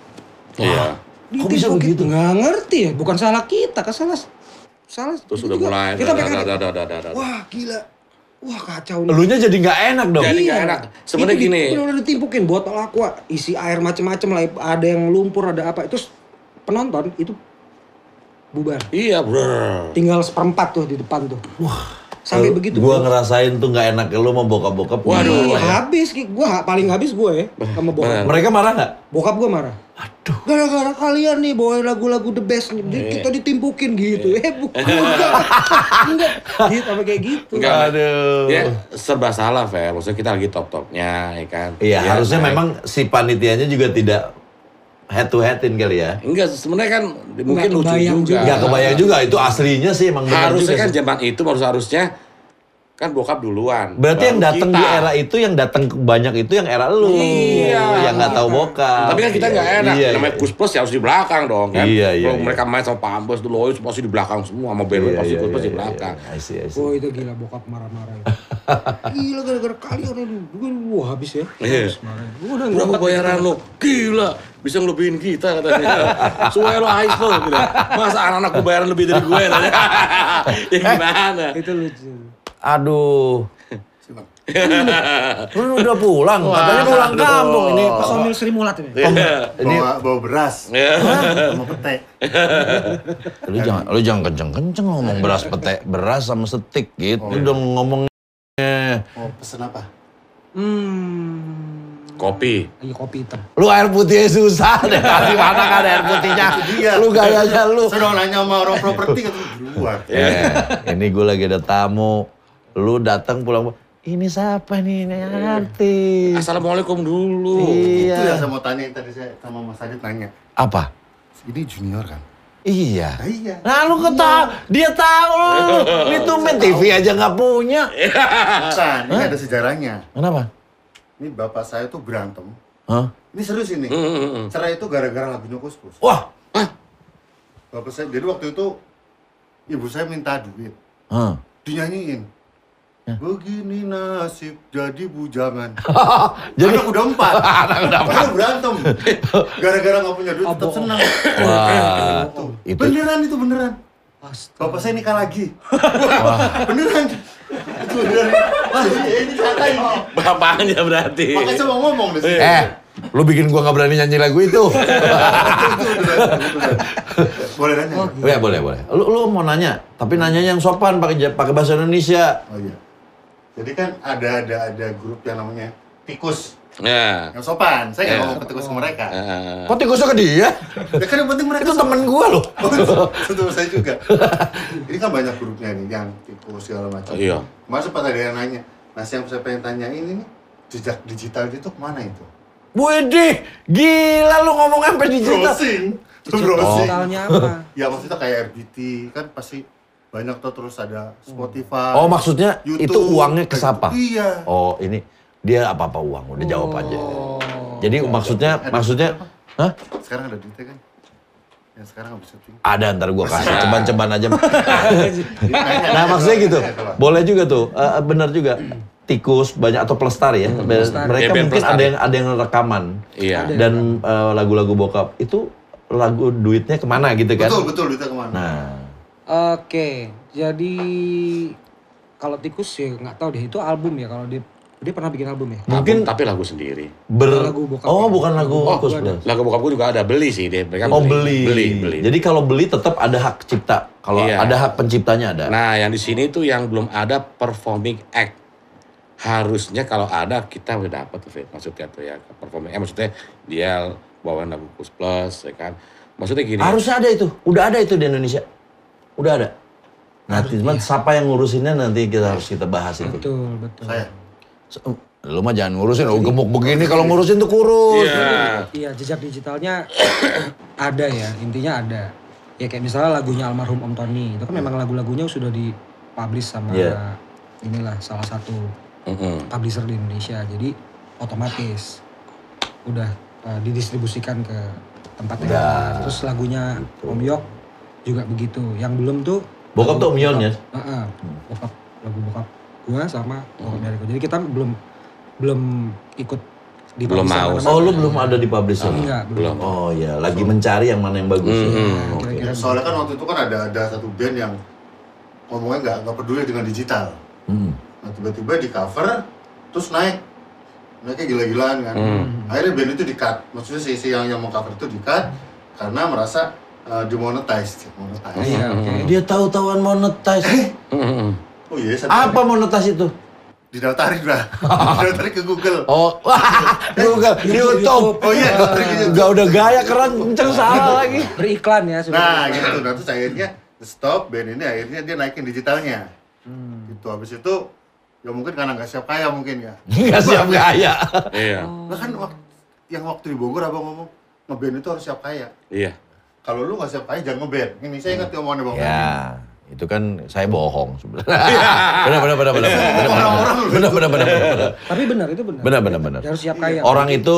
Speaker 3: Iya.
Speaker 1: Kok bisa begitu?
Speaker 2: Nggak ngerti ya. Bukan salah kita, kan salah salah.
Speaker 3: Terus
Speaker 2: itu
Speaker 3: udah
Speaker 2: juga.
Speaker 3: mulai.
Speaker 2: Kita
Speaker 3: dah,
Speaker 2: pengen.
Speaker 3: dah, dah, dah, dah, dah, dah.
Speaker 2: Wah gila. Wah kacau nih.
Speaker 1: Elunya jadi nggak enak dong.
Speaker 3: Jadi nggak enak. Sebenarnya
Speaker 2: Itu di-
Speaker 3: gini.
Speaker 2: Udah ditimpukin botol aqua, isi air macem-macem lah. Ada yang lumpur, ada apa. Itu penonton itu bubar.
Speaker 3: Iya bro.
Speaker 2: Tinggal seperempat tuh di depan tuh. Wah. Sampai begitu.
Speaker 1: Gua ngerasain tuh nggak enak lu mau bokap-bokap.
Speaker 3: Waduh.
Speaker 2: Ih, habis, Ki. Gua paling habis gue ya sama bokap.
Speaker 3: Bener.
Speaker 1: Mereka marah nggak?
Speaker 2: Bokap gue marah.
Speaker 1: Aduh.
Speaker 2: Gara-gara kalian nih bawain lagu-lagu the best nih, jadi kita ditimpukin gitu. Eh bukan, enggak, enggak, gitu sampai kayak gitu.
Speaker 3: Enggak.
Speaker 1: Aduh.
Speaker 3: Ya serba salah Fer. Maksudnya kita lagi top-topnya ya kan.
Speaker 1: Iya,
Speaker 3: Ya,
Speaker 1: harusnya
Speaker 3: naik.
Speaker 1: memang si panitianya juga tidak head to headin kali ya.
Speaker 3: Enggak, sebenarnya kan mungkin lucu
Speaker 2: kebayang
Speaker 3: juga.
Speaker 2: juga.
Speaker 1: Nggak kebayang juga itu aslinya sih emang benar
Speaker 3: Harusnya
Speaker 1: juga
Speaker 3: kan
Speaker 1: sih.
Speaker 3: zaman itu harus harusnya kan bokap duluan.
Speaker 1: Berarti yang
Speaker 3: baru
Speaker 1: datang
Speaker 3: kita.
Speaker 1: di era itu, yang datang banyak itu yang era lu.
Speaker 3: Iya.
Speaker 1: Yang nggak tahu bokap.
Speaker 3: Tapi kan kita nggak enak.
Speaker 1: Iya,
Speaker 3: Namanya
Speaker 1: iya.
Speaker 3: Kus Plus ya harus di belakang dong kan.
Speaker 1: Iya, iya,
Speaker 3: Kalau
Speaker 1: iya.
Speaker 3: mereka main sama Pambes dulu itu pasti di belakang semua sama band
Speaker 1: Iya,
Speaker 3: pasti
Speaker 1: iya,
Speaker 3: Kus Plus
Speaker 1: iya,
Speaker 3: di belakang.
Speaker 1: iya. I see, I see.
Speaker 2: Oh itu gila bokap marah-marah. itu. Gila gara-gara kalian ini, gue wah habis ya.
Speaker 3: Iya.
Speaker 2: Habis marah. Gue udah
Speaker 3: Berapa
Speaker 2: nggak
Speaker 3: bayaran lo? Gila, bisa ngelebihin kita katanya. Suwe lo ais lo gitu. Masa anak-anak gue bayaran lebih dari gue katanya. Ya gimana?
Speaker 2: Itu lucu.
Speaker 1: Aduh. Lu udah pulang, katanya pulang kampung ini.
Speaker 2: Personil Sri Mulat ini.
Speaker 1: Ini
Speaker 4: Bawa, bawa beras
Speaker 3: Iya.
Speaker 4: sama pete.
Speaker 1: lu jangan lu jangan kenceng-kenceng ngomong beras pete, beras sama setik gitu
Speaker 4: Oh, iya.
Speaker 1: dong ngomongnya.
Speaker 4: Mau pesen apa?
Speaker 2: Hmm.
Speaker 3: Kopi.
Speaker 2: Iya kopi hitam.
Speaker 1: Lu air putihnya susah deh, di mana kan ada air putihnya.
Speaker 4: Itu dia.
Speaker 1: Lu gayanya lu.
Speaker 4: Saya udah nanya sama orang properti katanya di luar.
Speaker 1: Eh, ini gue lagi ada tamu. Lu datang pulang, ini siapa nih? Ini artis.
Speaker 3: Assalamualaikum dulu.
Speaker 1: Iya.
Speaker 4: Itu yang saya mau tanya yang tadi saya sama Mas Adit nanya.
Speaker 1: Apa?
Speaker 4: Ini junior kan?
Speaker 1: Iya.
Speaker 4: Nah, iya.
Speaker 1: Nah lu ketahu, dia tahu lu. Ini tuh main T V aja nggak punya.
Speaker 4: Bukan, ini ada sejarahnya.
Speaker 1: Kenapa?
Speaker 4: Ini bapak saya tuh berantem.
Speaker 1: Hah?
Speaker 4: Ini serius ini.
Speaker 3: Hmm, hmm, hmm.
Speaker 4: Cerai itu gara-gara lagunya Kus-Kus.
Speaker 1: Wah.
Speaker 4: Bapak saya, jadi waktu itu ibu saya minta duit.
Speaker 1: Hah.
Speaker 4: Dinyanyiin. Begini nasib jadi bujangan.
Speaker 1: Jadi
Speaker 4: Anak udah empat.
Speaker 1: Anak udah empat.
Speaker 4: Anak berantem. Gara-gara nggak punya duit tetap
Speaker 2: Abo.
Speaker 4: senang.
Speaker 1: wah,
Speaker 4: Tuh.
Speaker 1: itu
Speaker 4: Beneran itu beneran.
Speaker 2: Astaga.
Speaker 4: Bapak saya nikah lagi.
Speaker 1: wah.
Speaker 4: Beneran. Itu beneran. Wah, ini kata ini.
Speaker 3: Bapaknya berarti.
Speaker 4: Makanya saya mau ngomong di sini.
Speaker 1: Eh, lu bikin gua nggak berani nyanyi lagu itu.
Speaker 4: Boleh nanya?
Speaker 2: Oh,
Speaker 4: nggak?
Speaker 1: Ya boleh boleh. Lu lu mau nanya, tapi nanya yang sopan pakai pakai bahasa Indonesia.
Speaker 4: Oh iya. Jadi kan ada ada ada grup yang namanya Tikus.
Speaker 3: Ya.
Speaker 4: Yang sopan. Saya nggak
Speaker 3: Ya.
Speaker 4: ngomong ke Tikus ke mereka.
Speaker 3: Eh,
Speaker 1: Kok tikusnya ke dia?
Speaker 4: Ya kan yang penting mereka
Speaker 1: Itu temen gua loh.
Speaker 4: Tentu saya juga. Ini kan banyak grupnya nih yang Tikus segala macam.
Speaker 3: Iya.
Speaker 4: Kemarin sempat ada yang nanya. Nah, yang saya pengen tanyain ini nih, jejak digital itu kemana itu?
Speaker 1: Widih, gila lu ngomong sampai digital.
Speaker 4: Browsing.
Speaker 2: Jejak
Speaker 4: Browsing.
Speaker 2: digitalnya apa?
Speaker 4: Ya maksudnya kayak R B T kan pasti banyak tuh, terus ada Spotify.
Speaker 1: Oh maksudnya
Speaker 4: YouTube,
Speaker 1: itu uangnya ke siapa?
Speaker 4: Iya.
Speaker 1: Oh ini dia apa apa uang udah jawab aja.
Speaker 2: Oh.
Speaker 1: Jadi maksudnya
Speaker 4: Ada
Speaker 1: maksudnya, hah?
Speaker 4: Sekarang ada duitnya kan? Yang sekarang nggak bisa tinggal.
Speaker 1: Ada ntar gua kasih ceban-ceban aja. Nah maksudnya gitu, boleh juga tuh, eh, benar juga. Tikus banyak atau pelestari ya.
Speaker 2: Pelestari.
Speaker 1: Mereka
Speaker 3: Ya, band
Speaker 1: mungkin ada
Speaker 3: pelestari.
Speaker 1: yang ada yang rekaman
Speaker 3: Iya.
Speaker 2: Ada.
Speaker 1: dan eh, lagu-lagu bokap itu lagu duitnya kemana gitu kan?
Speaker 4: Betul, betul, duitnya kemana?
Speaker 1: Nah,
Speaker 2: Oke, jadi kalau Tikus ya nggak tahu deh itu album ya kalau dia dia pernah bikin album ya.
Speaker 1: mungkin
Speaker 3: tapi lagu sendiri.
Speaker 1: ber
Speaker 2: Lagu bokap
Speaker 1: oh
Speaker 2: ya?
Speaker 1: bukan lagu
Speaker 2: Oh,
Speaker 1: Kus,
Speaker 2: ada.
Speaker 1: Bos.
Speaker 3: Lagu bokapku juga ada, beli sih dia. Mereka
Speaker 1: Oh beli.
Speaker 3: Beli, beli.
Speaker 1: Jadi kalau beli tetap ada hak cipta. Kalau
Speaker 3: Iya.
Speaker 1: ada hak penciptanya ada.
Speaker 3: Nah, yang di sini tuh yang belum ada performing act. Harusnya kalau ada kita udah dapat tuh, Fit. Maksudnya tuh ya performing act. Maksudnya dia bawain lagu Kus Plus, ya kan. Maksudnya gini.
Speaker 1: Harusnya ada itu. Udah ada itu di Indonesia. Udah ada. Nah, cuman siapa yang ngurusinnya nanti kita harus kita bahas itu.
Speaker 2: Betul, betul.
Speaker 4: Saya.
Speaker 1: So, lu mah jangan ngurusin, lu gemuk begini kalau ngurusin tuh kurus.
Speaker 3: Iya.
Speaker 2: Iya, jejak digitalnya ada ya, intinya ada. Ya kayak misalnya lagunya almarhum Om Tony, itu kan memang lagu-lagunya sudah dipublish sama
Speaker 1: Iya.
Speaker 2: inilah salah satu
Speaker 3: Mm-mm.
Speaker 2: publisher di Indonesia. Jadi otomatis udah uh, didistribusikan ke tempatnya.
Speaker 1: Udah.
Speaker 2: Terus lagunya Om Yok juga begitu. Yang belum tuh
Speaker 1: Bokap
Speaker 2: lagu
Speaker 1: tuh Om Yon ya?
Speaker 2: Heeh, bokap lagu bokap gua sama bokap dari gua. Jadi kita belum belum ikut di
Speaker 3: Belum
Speaker 2: publisher
Speaker 3: mau.
Speaker 2: mana-mana.
Speaker 1: Oh, lu belum ada di publisher?
Speaker 2: Enggak, belum.
Speaker 3: Belum.
Speaker 1: Oh iya, lagi mencari yang mana yang bagus. ya?
Speaker 3: Mm-mm.
Speaker 1: Oke.
Speaker 2: Kira-kira
Speaker 4: Soalnya kan waktu itu kan ada ada satu band yang ngomongnya nggak nggak peduli dengan digital.
Speaker 1: Hmm.
Speaker 4: Nah tiba-tiba di cover terus naik, naiknya gila-gilaan kan.
Speaker 3: Hmm.
Speaker 4: Akhirnya band itu di-cut. Maksudnya si, si yang yang mau cover itu di-cut karena merasa uh, demonetized. Monetize.
Speaker 2: Iya, oke.
Speaker 1: Dia tahu-tahuan monetize.
Speaker 3: Mm-mm.
Speaker 4: Oh iya, saya
Speaker 1: Apa monetize itu?
Speaker 4: didaftarin lah. Didaftarin ke Google.
Speaker 1: Oh, Google, di YouTube.
Speaker 4: Oh iya, daftarin ke YouTube.
Speaker 1: Gak udah gaya keren, kenceng salah lagi.
Speaker 2: Beriklan ya
Speaker 4: Nah
Speaker 2: sebenarnya.
Speaker 4: gitu, nah terus akhirnya stop band ini akhirnya dia naikin digitalnya.
Speaker 2: Hmm.
Speaker 4: Gitu, habis itu ya mungkin karena nggak siap kaya mungkin ya.
Speaker 1: Nggak siap gaya.
Speaker 3: Iya.
Speaker 4: Lah kan wak- yang waktu di Bogor abang ngomong ngeband itu harus siap kaya.
Speaker 3: Iya.
Speaker 4: Kalau lu nggak siap kaya jangan ngeband. Ini saya ingat omongannya bang.
Speaker 1: Ya, itu kan saya bohong sebenarnya. Benar, benar, benar, benar, benar, benar,
Speaker 4: Orang-orang
Speaker 1: benar, benar, benar, benar,
Speaker 2: Tapi benar itu benar.
Speaker 1: benar, benar, benar.
Speaker 2: Harus siap kaya.
Speaker 1: Orang itu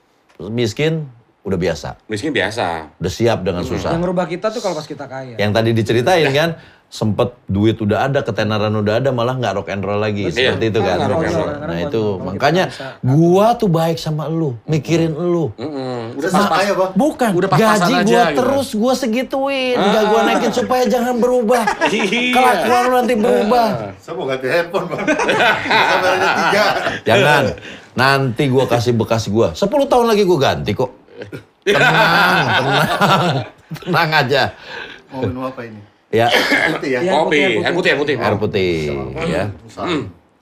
Speaker 1: miskin udah biasa,
Speaker 3: Miskin biasa.
Speaker 1: udah siap dengan
Speaker 2: Yang
Speaker 1: susah.
Speaker 2: ngerubah kita tuh kalau pas kita kaya.
Speaker 1: Yang tadi diceritain kan, sempet duit udah ada, ketenaran udah ada, malah nggak rock and roll lagi.
Speaker 3: Iya.
Speaker 1: Seperti itu kan.
Speaker 3: Nggak rock and roll.
Speaker 1: Nah itu
Speaker 2: Kalau kita
Speaker 1: makanya
Speaker 2: bisa-
Speaker 1: gua tuh baik sama lu, mikirin lu.
Speaker 3: Mm-mm. Udah
Speaker 4: Sama
Speaker 3: pas,
Speaker 4: kaya, Bang.
Speaker 1: Bukan,
Speaker 3: Udah pas-pasan
Speaker 1: gaji
Speaker 3: aja
Speaker 1: gua
Speaker 3: gitu.
Speaker 1: terus gua segituin, nggak gua naikin supaya jangan berubah.
Speaker 3: Iya.
Speaker 1: Kelakuan lu nanti berubah.
Speaker 4: Saya mau ganti handphone, Bang. Sampai ada tiga.
Speaker 1: Jangan, nanti gua kasih bekas gua. sepuluh tahun lagi gua ganti kok. Tenang, tenang, tenang aja.
Speaker 4: Mau minum apa ini?
Speaker 1: Ya,
Speaker 4: Putih ya?
Speaker 2: Iya.
Speaker 3: Kopi,
Speaker 2: Air
Speaker 3: air putih, air putih.
Speaker 1: air putih, ya.
Speaker 4: Hmm.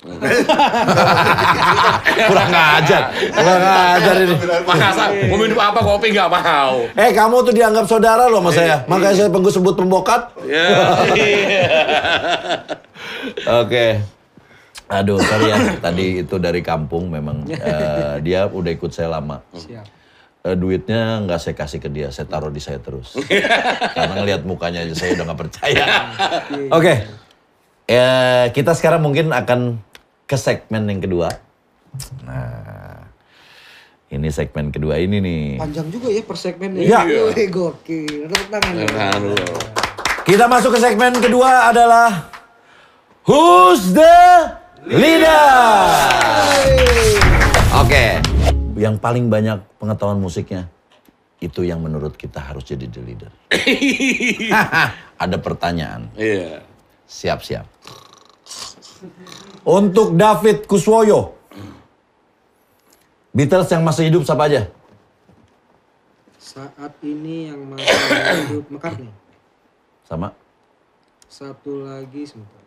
Speaker 1: Kurang ajar, kurang ajar ini.
Speaker 3: Masa mau minum apa kopi nggak mau?
Speaker 1: Eh, kamu tuh dianggap saudara loh sama saya. Makanya saya penggus sebut pembokat.
Speaker 3: Ya.
Speaker 1: Oke. Aduh, sorry ya. Tadi itu dari kampung memang. Eh, dia udah ikut saya lama.
Speaker 2: Siap.
Speaker 1: Eh, duitnya nggak saya kasih ke dia, saya taruh di saya terus. Karena ngelihat mukanya aja saya udah nggak percaya. Oke. Eh, kita sekarang mungkin akan ke segmen yang kedua. Nah, ini segmen kedua ini nih.
Speaker 2: Panjang juga ya per segmennya.
Speaker 1: Iya.
Speaker 2: Wih, gokil. Tepuk tangan.
Speaker 3: Aduh.
Speaker 1: Kita masuk ke segmen kedua adalah Who's the Leader? Oke, yang paling banyak pengetahuan musiknya itu yang menurut kita harus jadi the leader. Ada pertanyaan,
Speaker 3: Iya.
Speaker 1: siap-siap. Untuk David Kuswoyo, Beatles yang masih hidup siapa aja?
Speaker 2: Saat ini yang masih hidup McCartney.
Speaker 1: Sama?
Speaker 2: Satu lagi sebentar.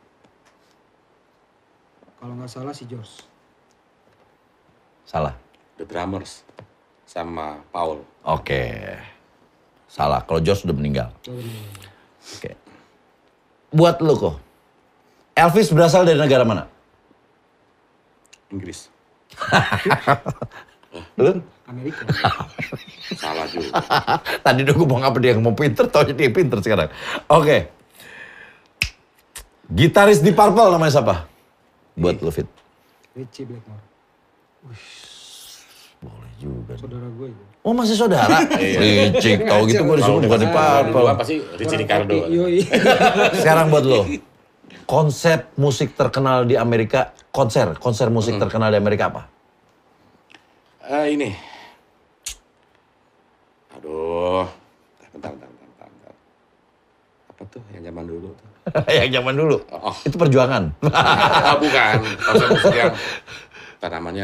Speaker 2: Kalau nggak salah si George.
Speaker 1: Salah.
Speaker 3: The Drummers sama Paul.
Speaker 1: Oke. Salah, kalau George udah meninggal.
Speaker 2: Oh, bener.
Speaker 1: Oke. Buat lu kok, Elvis berasal dari negara mana?
Speaker 3: Inggris.
Speaker 1: Lu?
Speaker 2: Amerika.
Speaker 3: Salah juga.
Speaker 1: Tadi udah gue mau ngapa dia mau pinter, tau dia pinter sekarang. Oke. Gitaris di Purple namanya siapa? Buat lu, Fit.
Speaker 2: Richie Blackmore.
Speaker 1: Boleh juga.
Speaker 2: Saudara gue itu.
Speaker 1: Oh, masih saudara? Licik, tau gitu gue disuruh bukan di Purple.
Speaker 3: Dua pasti Richie Ricardo.
Speaker 2: Yoi.
Speaker 1: Sekarang buat lo, konsep musik terkenal di Amerika, konser, konser musik terkenal di Amerika apa?
Speaker 3: Eh ini. Aduh. Bentar, bentar, bentar, bentar, bentar. Apa tuh yang zaman dulu tuh?
Speaker 1: Yang zaman dulu.
Speaker 3: Oh.
Speaker 1: Itu perjuangan.
Speaker 3: Ah, bukan. Konser musik yang apa namanya?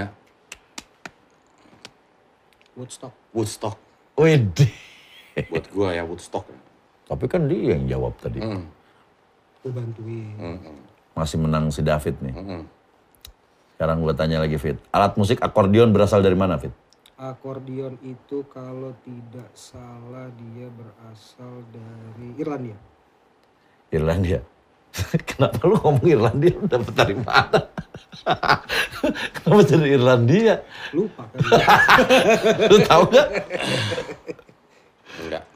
Speaker 2: Woodstock.
Speaker 3: Woodstock.
Speaker 1: Widih.
Speaker 3: Buat gua ya Woodstock.
Speaker 1: Tapi kan dia yang jawab tadi.
Speaker 3: Hmm.
Speaker 2: Gue bantuin.
Speaker 3: Hmm. hmm,
Speaker 1: Masih menang si David nih.
Speaker 3: hmm.
Speaker 1: Sekarang gue tanya lagi, Fit. Alat musik akordeon berasal dari mana, Fit?
Speaker 2: Akordion itu kalau tidak salah dia berasal dari Irlandia.
Speaker 1: Irlandia. Kenapa lu ngomong Irlandia? Lu dapet dari mana? Kenapa jadi Irlandia?
Speaker 2: Lupa kan?
Speaker 1: Lu tahu gak?
Speaker 3: Enggak.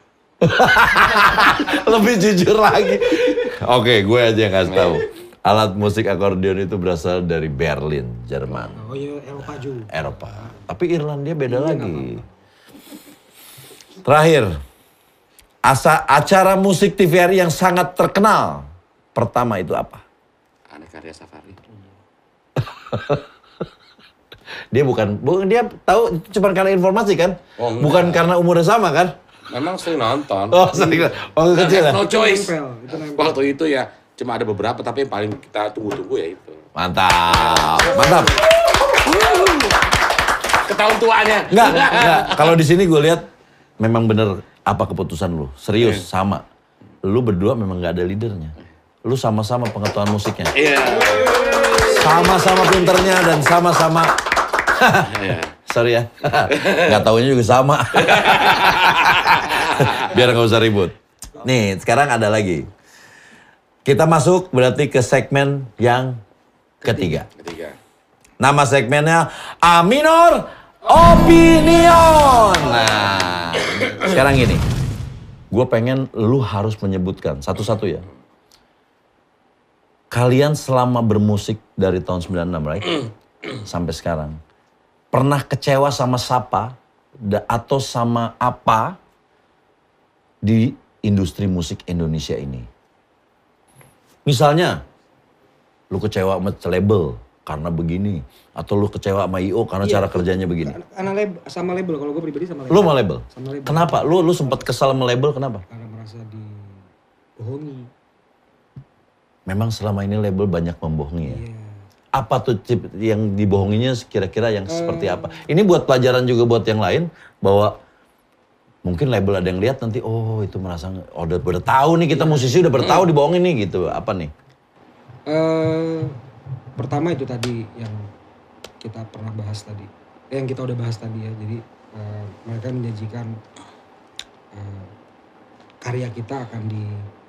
Speaker 1: Lebih jujur lagi. Oke, gue aja yang kasih tahu. Alat musik akordeon itu berasal dari Berlin, Jerman,
Speaker 2: Oh iya, Eropa juga.
Speaker 1: Eropa. Tapi Irlandia beda
Speaker 2: Iya,
Speaker 1: lagi.
Speaker 2: nggak
Speaker 1: Terakhir, asa acara musik T V R I yang sangat terkenal pertama itu apa?
Speaker 3: Aneh Karya Safari.
Speaker 1: Dia bukan, bukan dia tahu cuma karena informasi kan?
Speaker 3: Oh, enggak.
Speaker 1: Bukan karena umurnya sama kan?
Speaker 3: Memang sering nonton.
Speaker 1: Oh, sering. Waktu kecil ya?
Speaker 3: No choice.
Speaker 2: Nempel, itu nempel.
Speaker 3: Waktu itu ya cuma ada beberapa tapi yang paling kita tunggu-tunggu ya itu.
Speaker 1: Mantap, mantap.
Speaker 3: Ketahuan tuanya.
Speaker 1: Enggak, enggak. Kalau di sini gue lihat memang bener apa keputusan lu. Serius, sama. Lu berdua memang nggak ada leadernya. Lu sama-sama pengetahuan musiknya.
Speaker 3: Iya.
Speaker 1: Sama-sama pinternya dan sama-sama...
Speaker 3: Iya.
Speaker 1: Sorry ya, nggak taunya juga sama. Biar nggak usah ribut. Nih, sekarang ada lagi. Kita masuk berarti ke segmen yang ketiga.
Speaker 3: Ketiga.
Speaker 1: Nama segmennya A Minor Opinion. Nah, sekarang gini. Gue pengen lu harus menyebutkan satu-satu ya. Kalian selama bermusik dari tahun sembilan puluh enam, right? Sampai sekarang. Pernah kecewa sama siapa da- atau sama apa di industri musik Indonesia ini? Misalnya, lu kecewa sama label karena begini. Atau lu kecewa sama I O karena
Speaker 2: Iya.
Speaker 1: cara kerjanya begini.
Speaker 2: Karena label, sama label, kalau gue pribadi sama label.
Speaker 1: Lu sama label?
Speaker 2: Sama label.
Speaker 1: Kenapa? Lu lu sempat kesal sama label kenapa?
Speaker 2: Karena merasa dibohongi.
Speaker 1: Memang selama ini label banyak membohongi ya.
Speaker 2: Iya.
Speaker 1: Apa tuh tip yang dibohonginya kira-kira yang seperti apa? Ini buat pelajaran juga buat yang lain bahwa mungkin label ada yang lihat nanti oh itu merasa oh udah udah tahu nih kita musisi udah bertahu dibohongin nih gitu. Apa nih?
Speaker 2: Eh, pertama itu tadi yang kita pernah bahas tadi, eh, yang kita udah bahas tadi ya. Jadi eh, mereka menjanjikan eh, karya kita akan di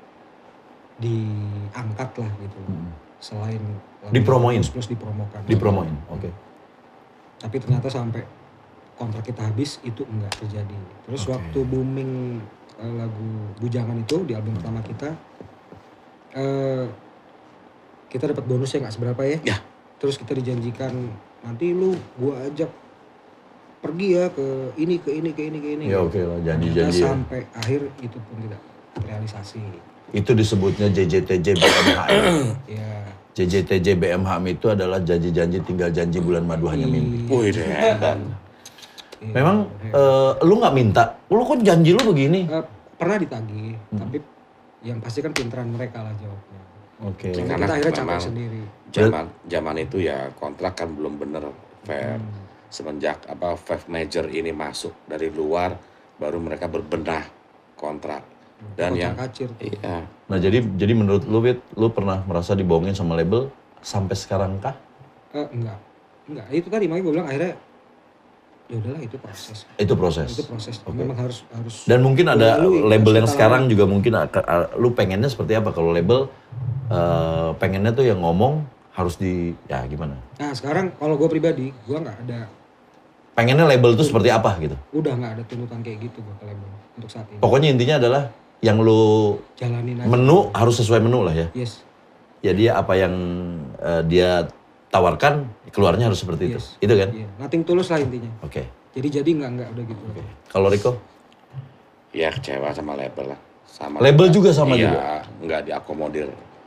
Speaker 2: diangkat lah gitu, selain lagu
Speaker 1: Dipromoin.
Speaker 2: plus, plus dipromokan.
Speaker 1: Dipromoin. Oke.
Speaker 2: Tapi ternyata sampai kontrak kita habis itu enggak terjadi. Terus
Speaker 1: Oke.
Speaker 2: waktu booming eh, lagu Bujangan itu di album pertama kita, eh, kita dapat bonusnya nggak seberapa ya.
Speaker 3: Ya.
Speaker 2: Terus kita dijanjikan nanti lu gua ajak pergi ya ke ini ke ini ke ini ke ini.
Speaker 1: Ya oke lah
Speaker 2: Ternyata
Speaker 1: janji-janji. Ya.
Speaker 2: sampai akhir itu pun tidak terrealisasi.
Speaker 1: Itu disebutnya J J T J B M H M.
Speaker 2: Ya.
Speaker 1: J J T J B M H M itu adalah janji-janji tinggal janji bulan madu hanya mimpi.
Speaker 3: Wih deh.
Speaker 2: Iya.
Speaker 1: Memang eh, lu nggak minta, lu kok janji lu begini?
Speaker 2: Eh, pernah ditagih, tapi yang pasti kan pinteran mereka lah jawabnya.
Speaker 1: Oke.
Speaker 2: Karena
Speaker 3: Karena
Speaker 2: kita akhirnya capek
Speaker 3: memang-
Speaker 2: sendiri.
Speaker 3: Zaman zaman itu ya kontrak kan belum bener fair.
Speaker 2: Hmm.
Speaker 3: Semenjak apa Five Major ini masuk dari luar, baru mereka berbenah kontrak. Dan
Speaker 2: Kontrak
Speaker 3: yang
Speaker 2: kacir tuh.
Speaker 3: iya,
Speaker 1: Nah jadi jadi menurut lu Wit, lu pernah merasa dibohongin sama label sampai sekarang kah?
Speaker 2: Eh, enggak, enggak. Itu tadi makanya gue bilang akhirnya ya udahlah itu proses.
Speaker 1: Itu proses.
Speaker 2: Itu proses.
Speaker 1: Oke.
Speaker 2: Memang harus harus.
Speaker 1: Dan mungkin ada
Speaker 2: Melalui,
Speaker 1: label
Speaker 2: harus
Speaker 1: yang
Speaker 2: kita
Speaker 1: sekarang juga mungkin aka- a- lu pengennya seperti apa kalau label eh, pengennya tuh yang ngomong harus di ya gimana?
Speaker 2: Nah sekarang kalau gue pribadi, gue nggak ada,
Speaker 1: Pengennya label tuh seperti apa gitu?
Speaker 2: udah nggak ada tuntutan kayak gitu gue ke label untuk saat ini.
Speaker 1: Pokoknya intinya adalah yang lu
Speaker 2: Jalanin aja.
Speaker 1: menu harus sesuai menu lah ya.
Speaker 2: Yes.
Speaker 1: Ya dia apa yang eh, dia tawarkan keluarnya harus seperti
Speaker 2: Yes.
Speaker 1: itu. Itu kan?
Speaker 2: Iya. Nothing tulus lah intinya.
Speaker 1: Oke.
Speaker 2: Jadi jadi nggak nggak udah gitu.
Speaker 1: Kalau Riko?
Speaker 3: ya kecewa sama label lah. Sama
Speaker 1: Label juga sama
Speaker 3: iya,
Speaker 1: juga?
Speaker 3: nggak diakomodir.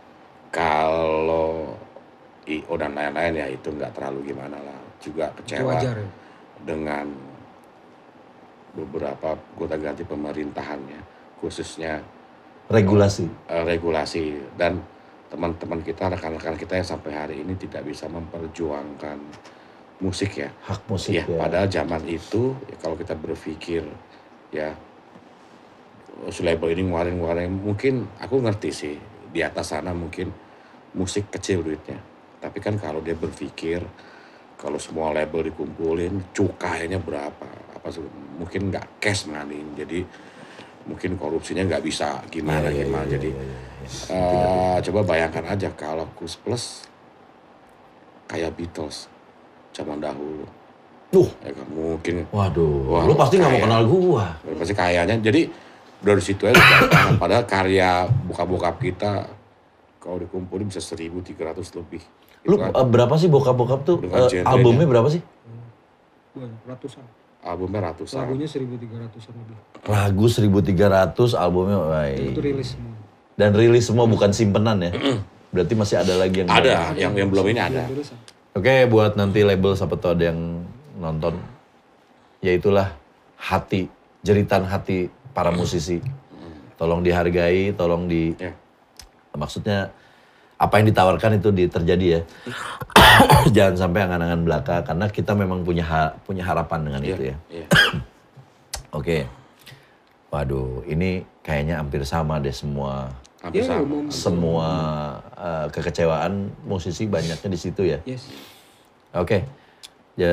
Speaker 3: Kalau I O dan lain-lain ya itu nggak terlalu gimana lah. Juga
Speaker 2: Itu
Speaker 3: kecewa
Speaker 2: wajar ya.
Speaker 3: dengan beberapa gonta-ganti pemerintahannya, khususnya
Speaker 1: Regulasi.
Speaker 3: eh, regulasi dan teman-teman kita, rekan-rekan kita yang sampai hari ini tidak bisa memperjuangkan musik ya.
Speaker 1: Hak musik
Speaker 3: Ya,
Speaker 1: ya.
Speaker 3: padahal zaman itu ya, kalau kita berpikir ya si label ini ngeluarin-ngeluarin, mungkin aku ngerti sih di atas sana mungkin musik kecil duitnya. Tapi kan kalau dia berpikir kalau semua label dikumpulin cukainya berapa, apa sih, mungkin nggak cash money, jadi mungkin korupsinya nggak bisa gimana
Speaker 1: Iya, iya,
Speaker 3: gimana.
Speaker 1: iya,
Speaker 3: Jadi
Speaker 1: iya, iya, iya.
Speaker 3: eh, coba bayangkan aja kalau Kus Plus kayak Beatles zaman dahulu,
Speaker 1: Duh,
Speaker 3: ya kan mungkin
Speaker 1: waduh,
Speaker 3: Wah,
Speaker 1: lu pasti nggak mau
Speaker 3: kaya.
Speaker 1: kenal gua.
Speaker 3: pasti kayaknya. Jadi dari situ aja udah, padahal karya bokap-bokap kita kalau dikumpulin bisa seribu tiga ratus lebih.
Speaker 1: Lu
Speaker 3: Gitu kan.
Speaker 1: eh, berapa sih bokap-bokap tuh?
Speaker 3: Dengan
Speaker 1: Eh,
Speaker 3: genre-nya.
Speaker 1: albumnya berapa sih?
Speaker 2: Banyak, ratusan.
Speaker 3: Albumnya ratusan.
Speaker 2: Lagunya seribu tiga ratusan lebih.
Speaker 1: Lagu seribu tiga ratus, albumnya wah,
Speaker 2: Itu rilis semua.
Speaker 1: dan rilis semua bukan simpenan ya. Berarti masih ada lagi yang
Speaker 3: Ada, yang yang belum ini ada.
Speaker 2: Yang rilisan.
Speaker 1: Oke, buat nanti label siapa tuh ada yang nonton. Ya itulah hati, jeritan hati para musisi. Tolong dihargai, tolong di
Speaker 3: Ya.
Speaker 1: maksudnya apa yang ditawarkan itu di- terjadi ya. Jangan sampai angan-angan belaka karena kita memang punya ha- punya harapan dengan itu ya.
Speaker 3: Iya.
Speaker 1: Oke. Waduh, ini kayaknya hampir sama deh semua
Speaker 3: Hampir
Speaker 2: Ya,
Speaker 3: sama.
Speaker 2: umum.
Speaker 1: semua eh, kekecewaan musisi banyaknya di situ ya.
Speaker 2: Yes.
Speaker 1: Oke. Ya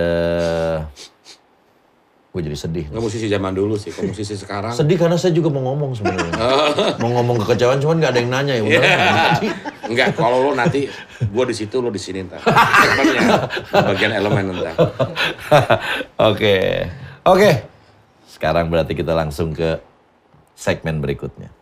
Speaker 1: gue jadi sedih.
Speaker 3: Nggak musisi zaman dulu sih, kalau musisi sekarang.
Speaker 1: Sedih karena saya juga mau ngomong sebenarnya. mau ngomong kekecewaan cuman nggak ada yang nanya ya. Udah.
Speaker 3: Enggak, kalau lo nanti gua di situ, lo di sini ntar. Segmennya, bagian elemen ntar.
Speaker 1: Oke. Oke. Sekarang berarti kita langsung ke segmen berikutnya.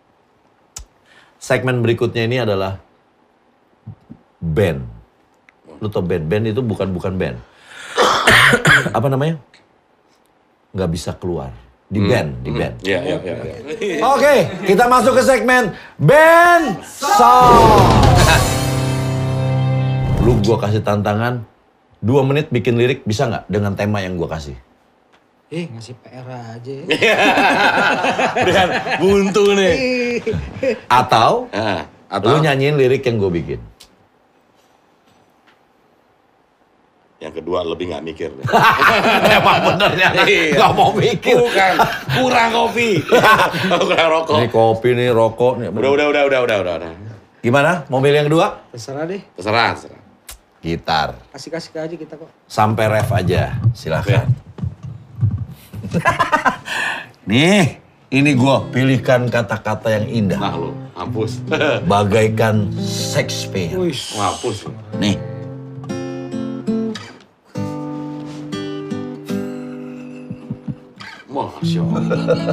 Speaker 1: Segmen berikutnya ini adalah band. Lu tau band? Band itu bukan bukan band. Apa namanya? Nggak bisa keluar. Di band, di band.
Speaker 3: Iya, iya, iya. Ya.
Speaker 1: Oke, kita masuk ke segmen Band Song. Lu gua kasih tantangan, dua menit bikin lirik bisa nggak dengan tema yang gua kasih?
Speaker 2: Eh, ngasih P R aja.
Speaker 3: Dengan buntu nih.
Speaker 1: Atau,
Speaker 3: Nah, atau
Speaker 1: lu nyanyiin lirik yang gua bikin.
Speaker 3: yang kedua lebih nggak mikir.
Speaker 1: Emang bener ya,
Speaker 3: Iya.
Speaker 1: nggak mau mikir.
Speaker 3: Bukan, kurang kopi. Kurang rokok.
Speaker 1: Ini kopi nih, rokok nih.
Speaker 3: Udah, udah, udah, udah, udah, udah, udah.
Speaker 1: Gimana? Mau pilih yang kedua?
Speaker 2: Terserah deh.
Speaker 3: Terserah, terserah.
Speaker 1: Gitar.
Speaker 2: Kasih-kasih aja kita kok.
Speaker 1: Sampai ref aja, silakan. Nih, ini gua pilihkan kata-kata yang indah.
Speaker 3: Nah lu, hapus.
Speaker 1: Bagaikan Shakespeare.
Speaker 2: Wih.
Speaker 3: Hapus.
Speaker 1: Nih.
Speaker 3: Masya Allah.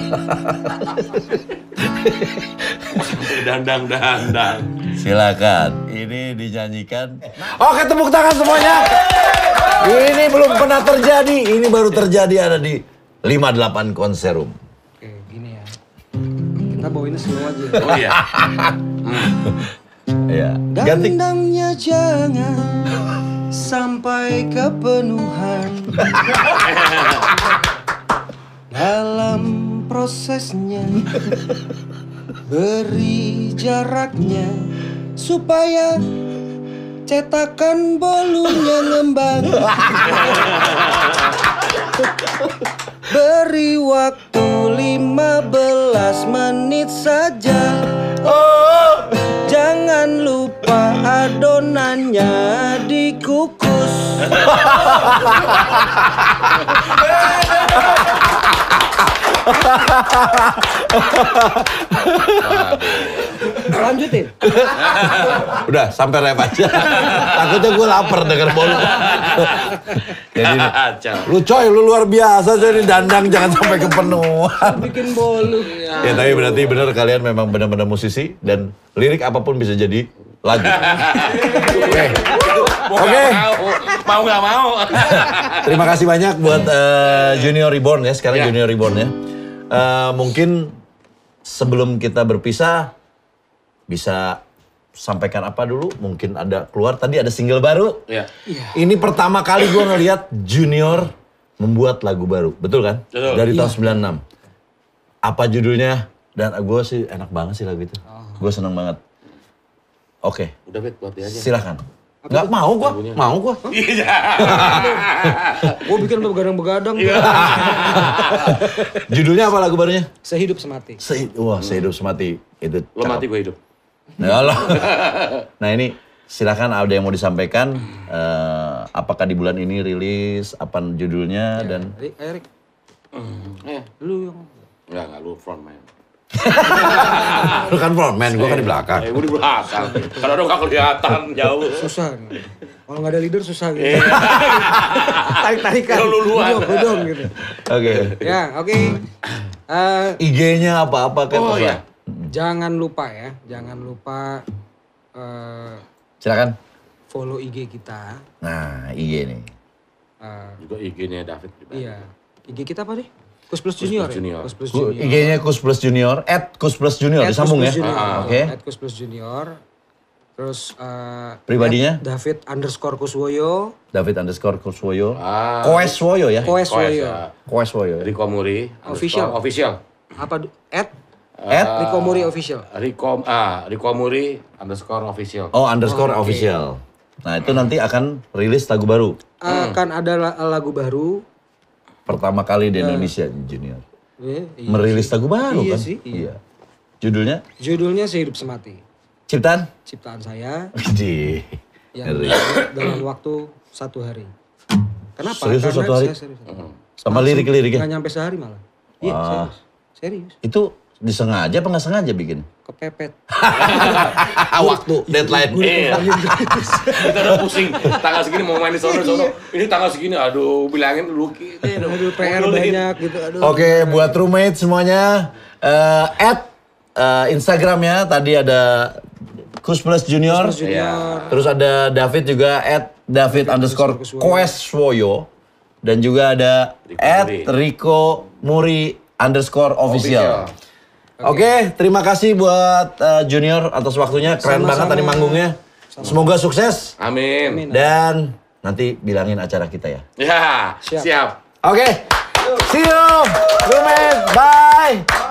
Speaker 3: Sampai dandang-dandang.
Speaker 1: Silakan. Ini dinyanyikan. Oke, tepuk tangan semuanya. Ini belum pernah terjadi. Ini baru terjadi ada di lima puluh delapan Konserum.
Speaker 2: Oke, gini ya. Kita bawainnya slow aja.
Speaker 3: Oh iya.
Speaker 1: Ya. Ganti.
Speaker 2: Dandangnya jangan sampai kepenuhan. Dalam prosesnya beri jaraknya supaya cetakan bolunya ngembang. Beri waktu lima belas menit saja.
Speaker 1: Oh.
Speaker 2: Jangan lupa adonannya dikukus. Lanjutin.
Speaker 1: Udah, sampai ref aja. Takutnya gue lapar denger bolu. Jadi,
Speaker 3: Kacau.
Speaker 1: lu coy, lu luar biasa jadi dandang jangan sampai kepenuhan.
Speaker 2: Bikin bolu.
Speaker 1: Ya tapi berarti benar kalian memang benar-benar musisi dan lirik apapun bisa jadi lagu. Oke.
Speaker 3: Mau
Speaker 1: Oke.
Speaker 3: nggak mau, mau nggak mau.
Speaker 1: Terima kasih banyak buat eh, Junior Reborn ya, sekarang
Speaker 3: Ya.
Speaker 1: Junior Reborn ya. Eh, mungkin sebelum kita berpisah bisa sampaikan apa dulu? Mungkin ada keluar tadi ada single baru.
Speaker 3: Iya.
Speaker 1: Ini pertama kali gue ngeliat Junior membuat lagu baru, betul kan?
Speaker 3: Betul.
Speaker 1: Dari tahun sembilan puluh enam. Apa judulnya? Dan gue sih enak banget sih lagu itu. Gue seneng banget. Oke,
Speaker 3: Udah Bet, buat dia aja.
Speaker 1: silakan. Gak mau gue,
Speaker 3: Lagunya.
Speaker 1: mau gue.
Speaker 3: Iya.
Speaker 2: Gue bikin begadang-begadang.
Speaker 1: Judulnya apa lagu barunya?
Speaker 2: Sehidup semati.
Speaker 1: Se Wah, sehidup semati. Itu
Speaker 3: Lo
Speaker 1: cakep.
Speaker 3: mati gue hidup.
Speaker 1: Ya Allah. Nah ini silakan ada yang mau disampaikan. Eh, apakah di bulan ini rilis? Apa judulnya dan
Speaker 2: Erik, Erik,
Speaker 3: Eh,
Speaker 2: lu yang
Speaker 3: enggak, enggak lu frontman.
Speaker 1: lu kan frontman, gue kan di belakang.
Speaker 3: Eh, gue di belakang. Kalau ada nggak kelihatan jauh.
Speaker 2: susah. Kalau nggak ada leader susah gitu. Tarik-tarikan.
Speaker 3: Ya, lu duluan.
Speaker 2: Duduk, duduk, gitu.
Speaker 1: Oke.
Speaker 2: Ya, oke. Eh,
Speaker 1: I G-nya apa-apa kan?
Speaker 3: Oh
Speaker 1: terserah.
Speaker 3: iya.
Speaker 2: jangan lupa ya, jangan lupa eh,
Speaker 1: Silakan.
Speaker 2: follow I G kita.
Speaker 1: Nah, I G nih.
Speaker 2: Eh,
Speaker 3: Juga I G-nya David.
Speaker 2: iya. I G kita apa nih? Kus Plus
Speaker 3: Kus
Speaker 2: Junior.
Speaker 3: Plus Junior.
Speaker 2: Ya? Kus Plus
Speaker 1: Ku-
Speaker 2: Junior.
Speaker 1: I G-nya Kus Plus Junior, at Kus Plus Junior,
Speaker 2: At
Speaker 1: disambung
Speaker 2: Kus
Speaker 1: ya?
Speaker 2: Plus Junior.
Speaker 3: Ah,
Speaker 1: oke.
Speaker 2: At Kus Plus Junior. Terus eh,
Speaker 1: Pribadinya?
Speaker 2: at David underscore Kuswoyo.
Speaker 1: David underscore Kuswoyo.
Speaker 3: Ah.
Speaker 1: Koeswoyo ya?
Speaker 2: Koes
Speaker 3: Koes,
Speaker 2: Woyo.
Speaker 3: ya.
Speaker 1: Koeswoyo.
Speaker 3: Riko Muri.
Speaker 2: Official.
Speaker 3: underscore Official.
Speaker 2: Apa? du- At
Speaker 1: At?
Speaker 2: Riko Muri Official.
Speaker 3: Riko, ah, Riko Muri underscore official.
Speaker 1: Oh, underscore
Speaker 2: Oh, oke.
Speaker 1: official. Nah, itu nanti akan rilis lagu baru.
Speaker 2: Akan ada la- lagu baru.
Speaker 1: Pertama kali di Indonesia, Junior.
Speaker 2: Eh, iya
Speaker 1: Merilis
Speaker 2: sih.
Speaker 1: lagu baru
Speaker 2: Iya
Speaker 1: kan?
Speaker 2: sih, iya.
Speaker 1: Judulnya?
Speaker 2: Judulnya Sehidup Semati.
Speaker 1: Ciptaan?
Speaker 2: Ciptaan saya
Speaker 1: Di.
Speaker 2: yang
Speaker 1: Ngeri.
Speaker 2: dalam waktu satu hari. Kenapa?
Speaker 1: Serius lu
Speaker 2: Karena
Speaker 1: satu hari?
Speaker 2: saya serius.
Speaker 1: Sama lirik-liriknya?
Speaker 2: Nggak nyampe sehari malah. Iya,
Speaker 1: Wah.
Speaker 2: serius. Serius.
Speaker 1: Itu disengaja apa nggak sengaja bikin?
Speaker 2: Kepepet.
Speaker 1: Waktu, deadline.
Speaker 3: Iya. Kita udah pusing. Tanggal segini mau main di sono sono. Ini tanggal segini, aduh bilangin lu kita.
Speaker 2: Aduh, P R banyak gitu. Aduh.
Speaker 1: Oke, buat roommate semuanya, eh at eh, Instagramnya tadi ada Kus Plus Junior,
Speaker 2: Kus Plus Junior.
Speaker 1: terus ada David juga at David underscore
Speaker 2: underscore
Speaker 1: Koeswoyo, dan juga ada
Speaker 3: Riko
Speaker 1: at
Speaker 3: Muri.
Speaker 1: Riko Muri underscore official. Oke, terima kasih buat uh, Junior atas waktunya. Keren
Speaker 2: Sama-sama.
Speaker 1: banget tadi manggungnya. Semoga sukses.
Speaker 3: Amin.
Speaker 1: Dan nanti bilangin acara kita ya.
Speaker 3: Ya,
Speaker 2: Siap.
Speaker 3: siap.
Speaker 1: Oke, see you. Roommate, bye.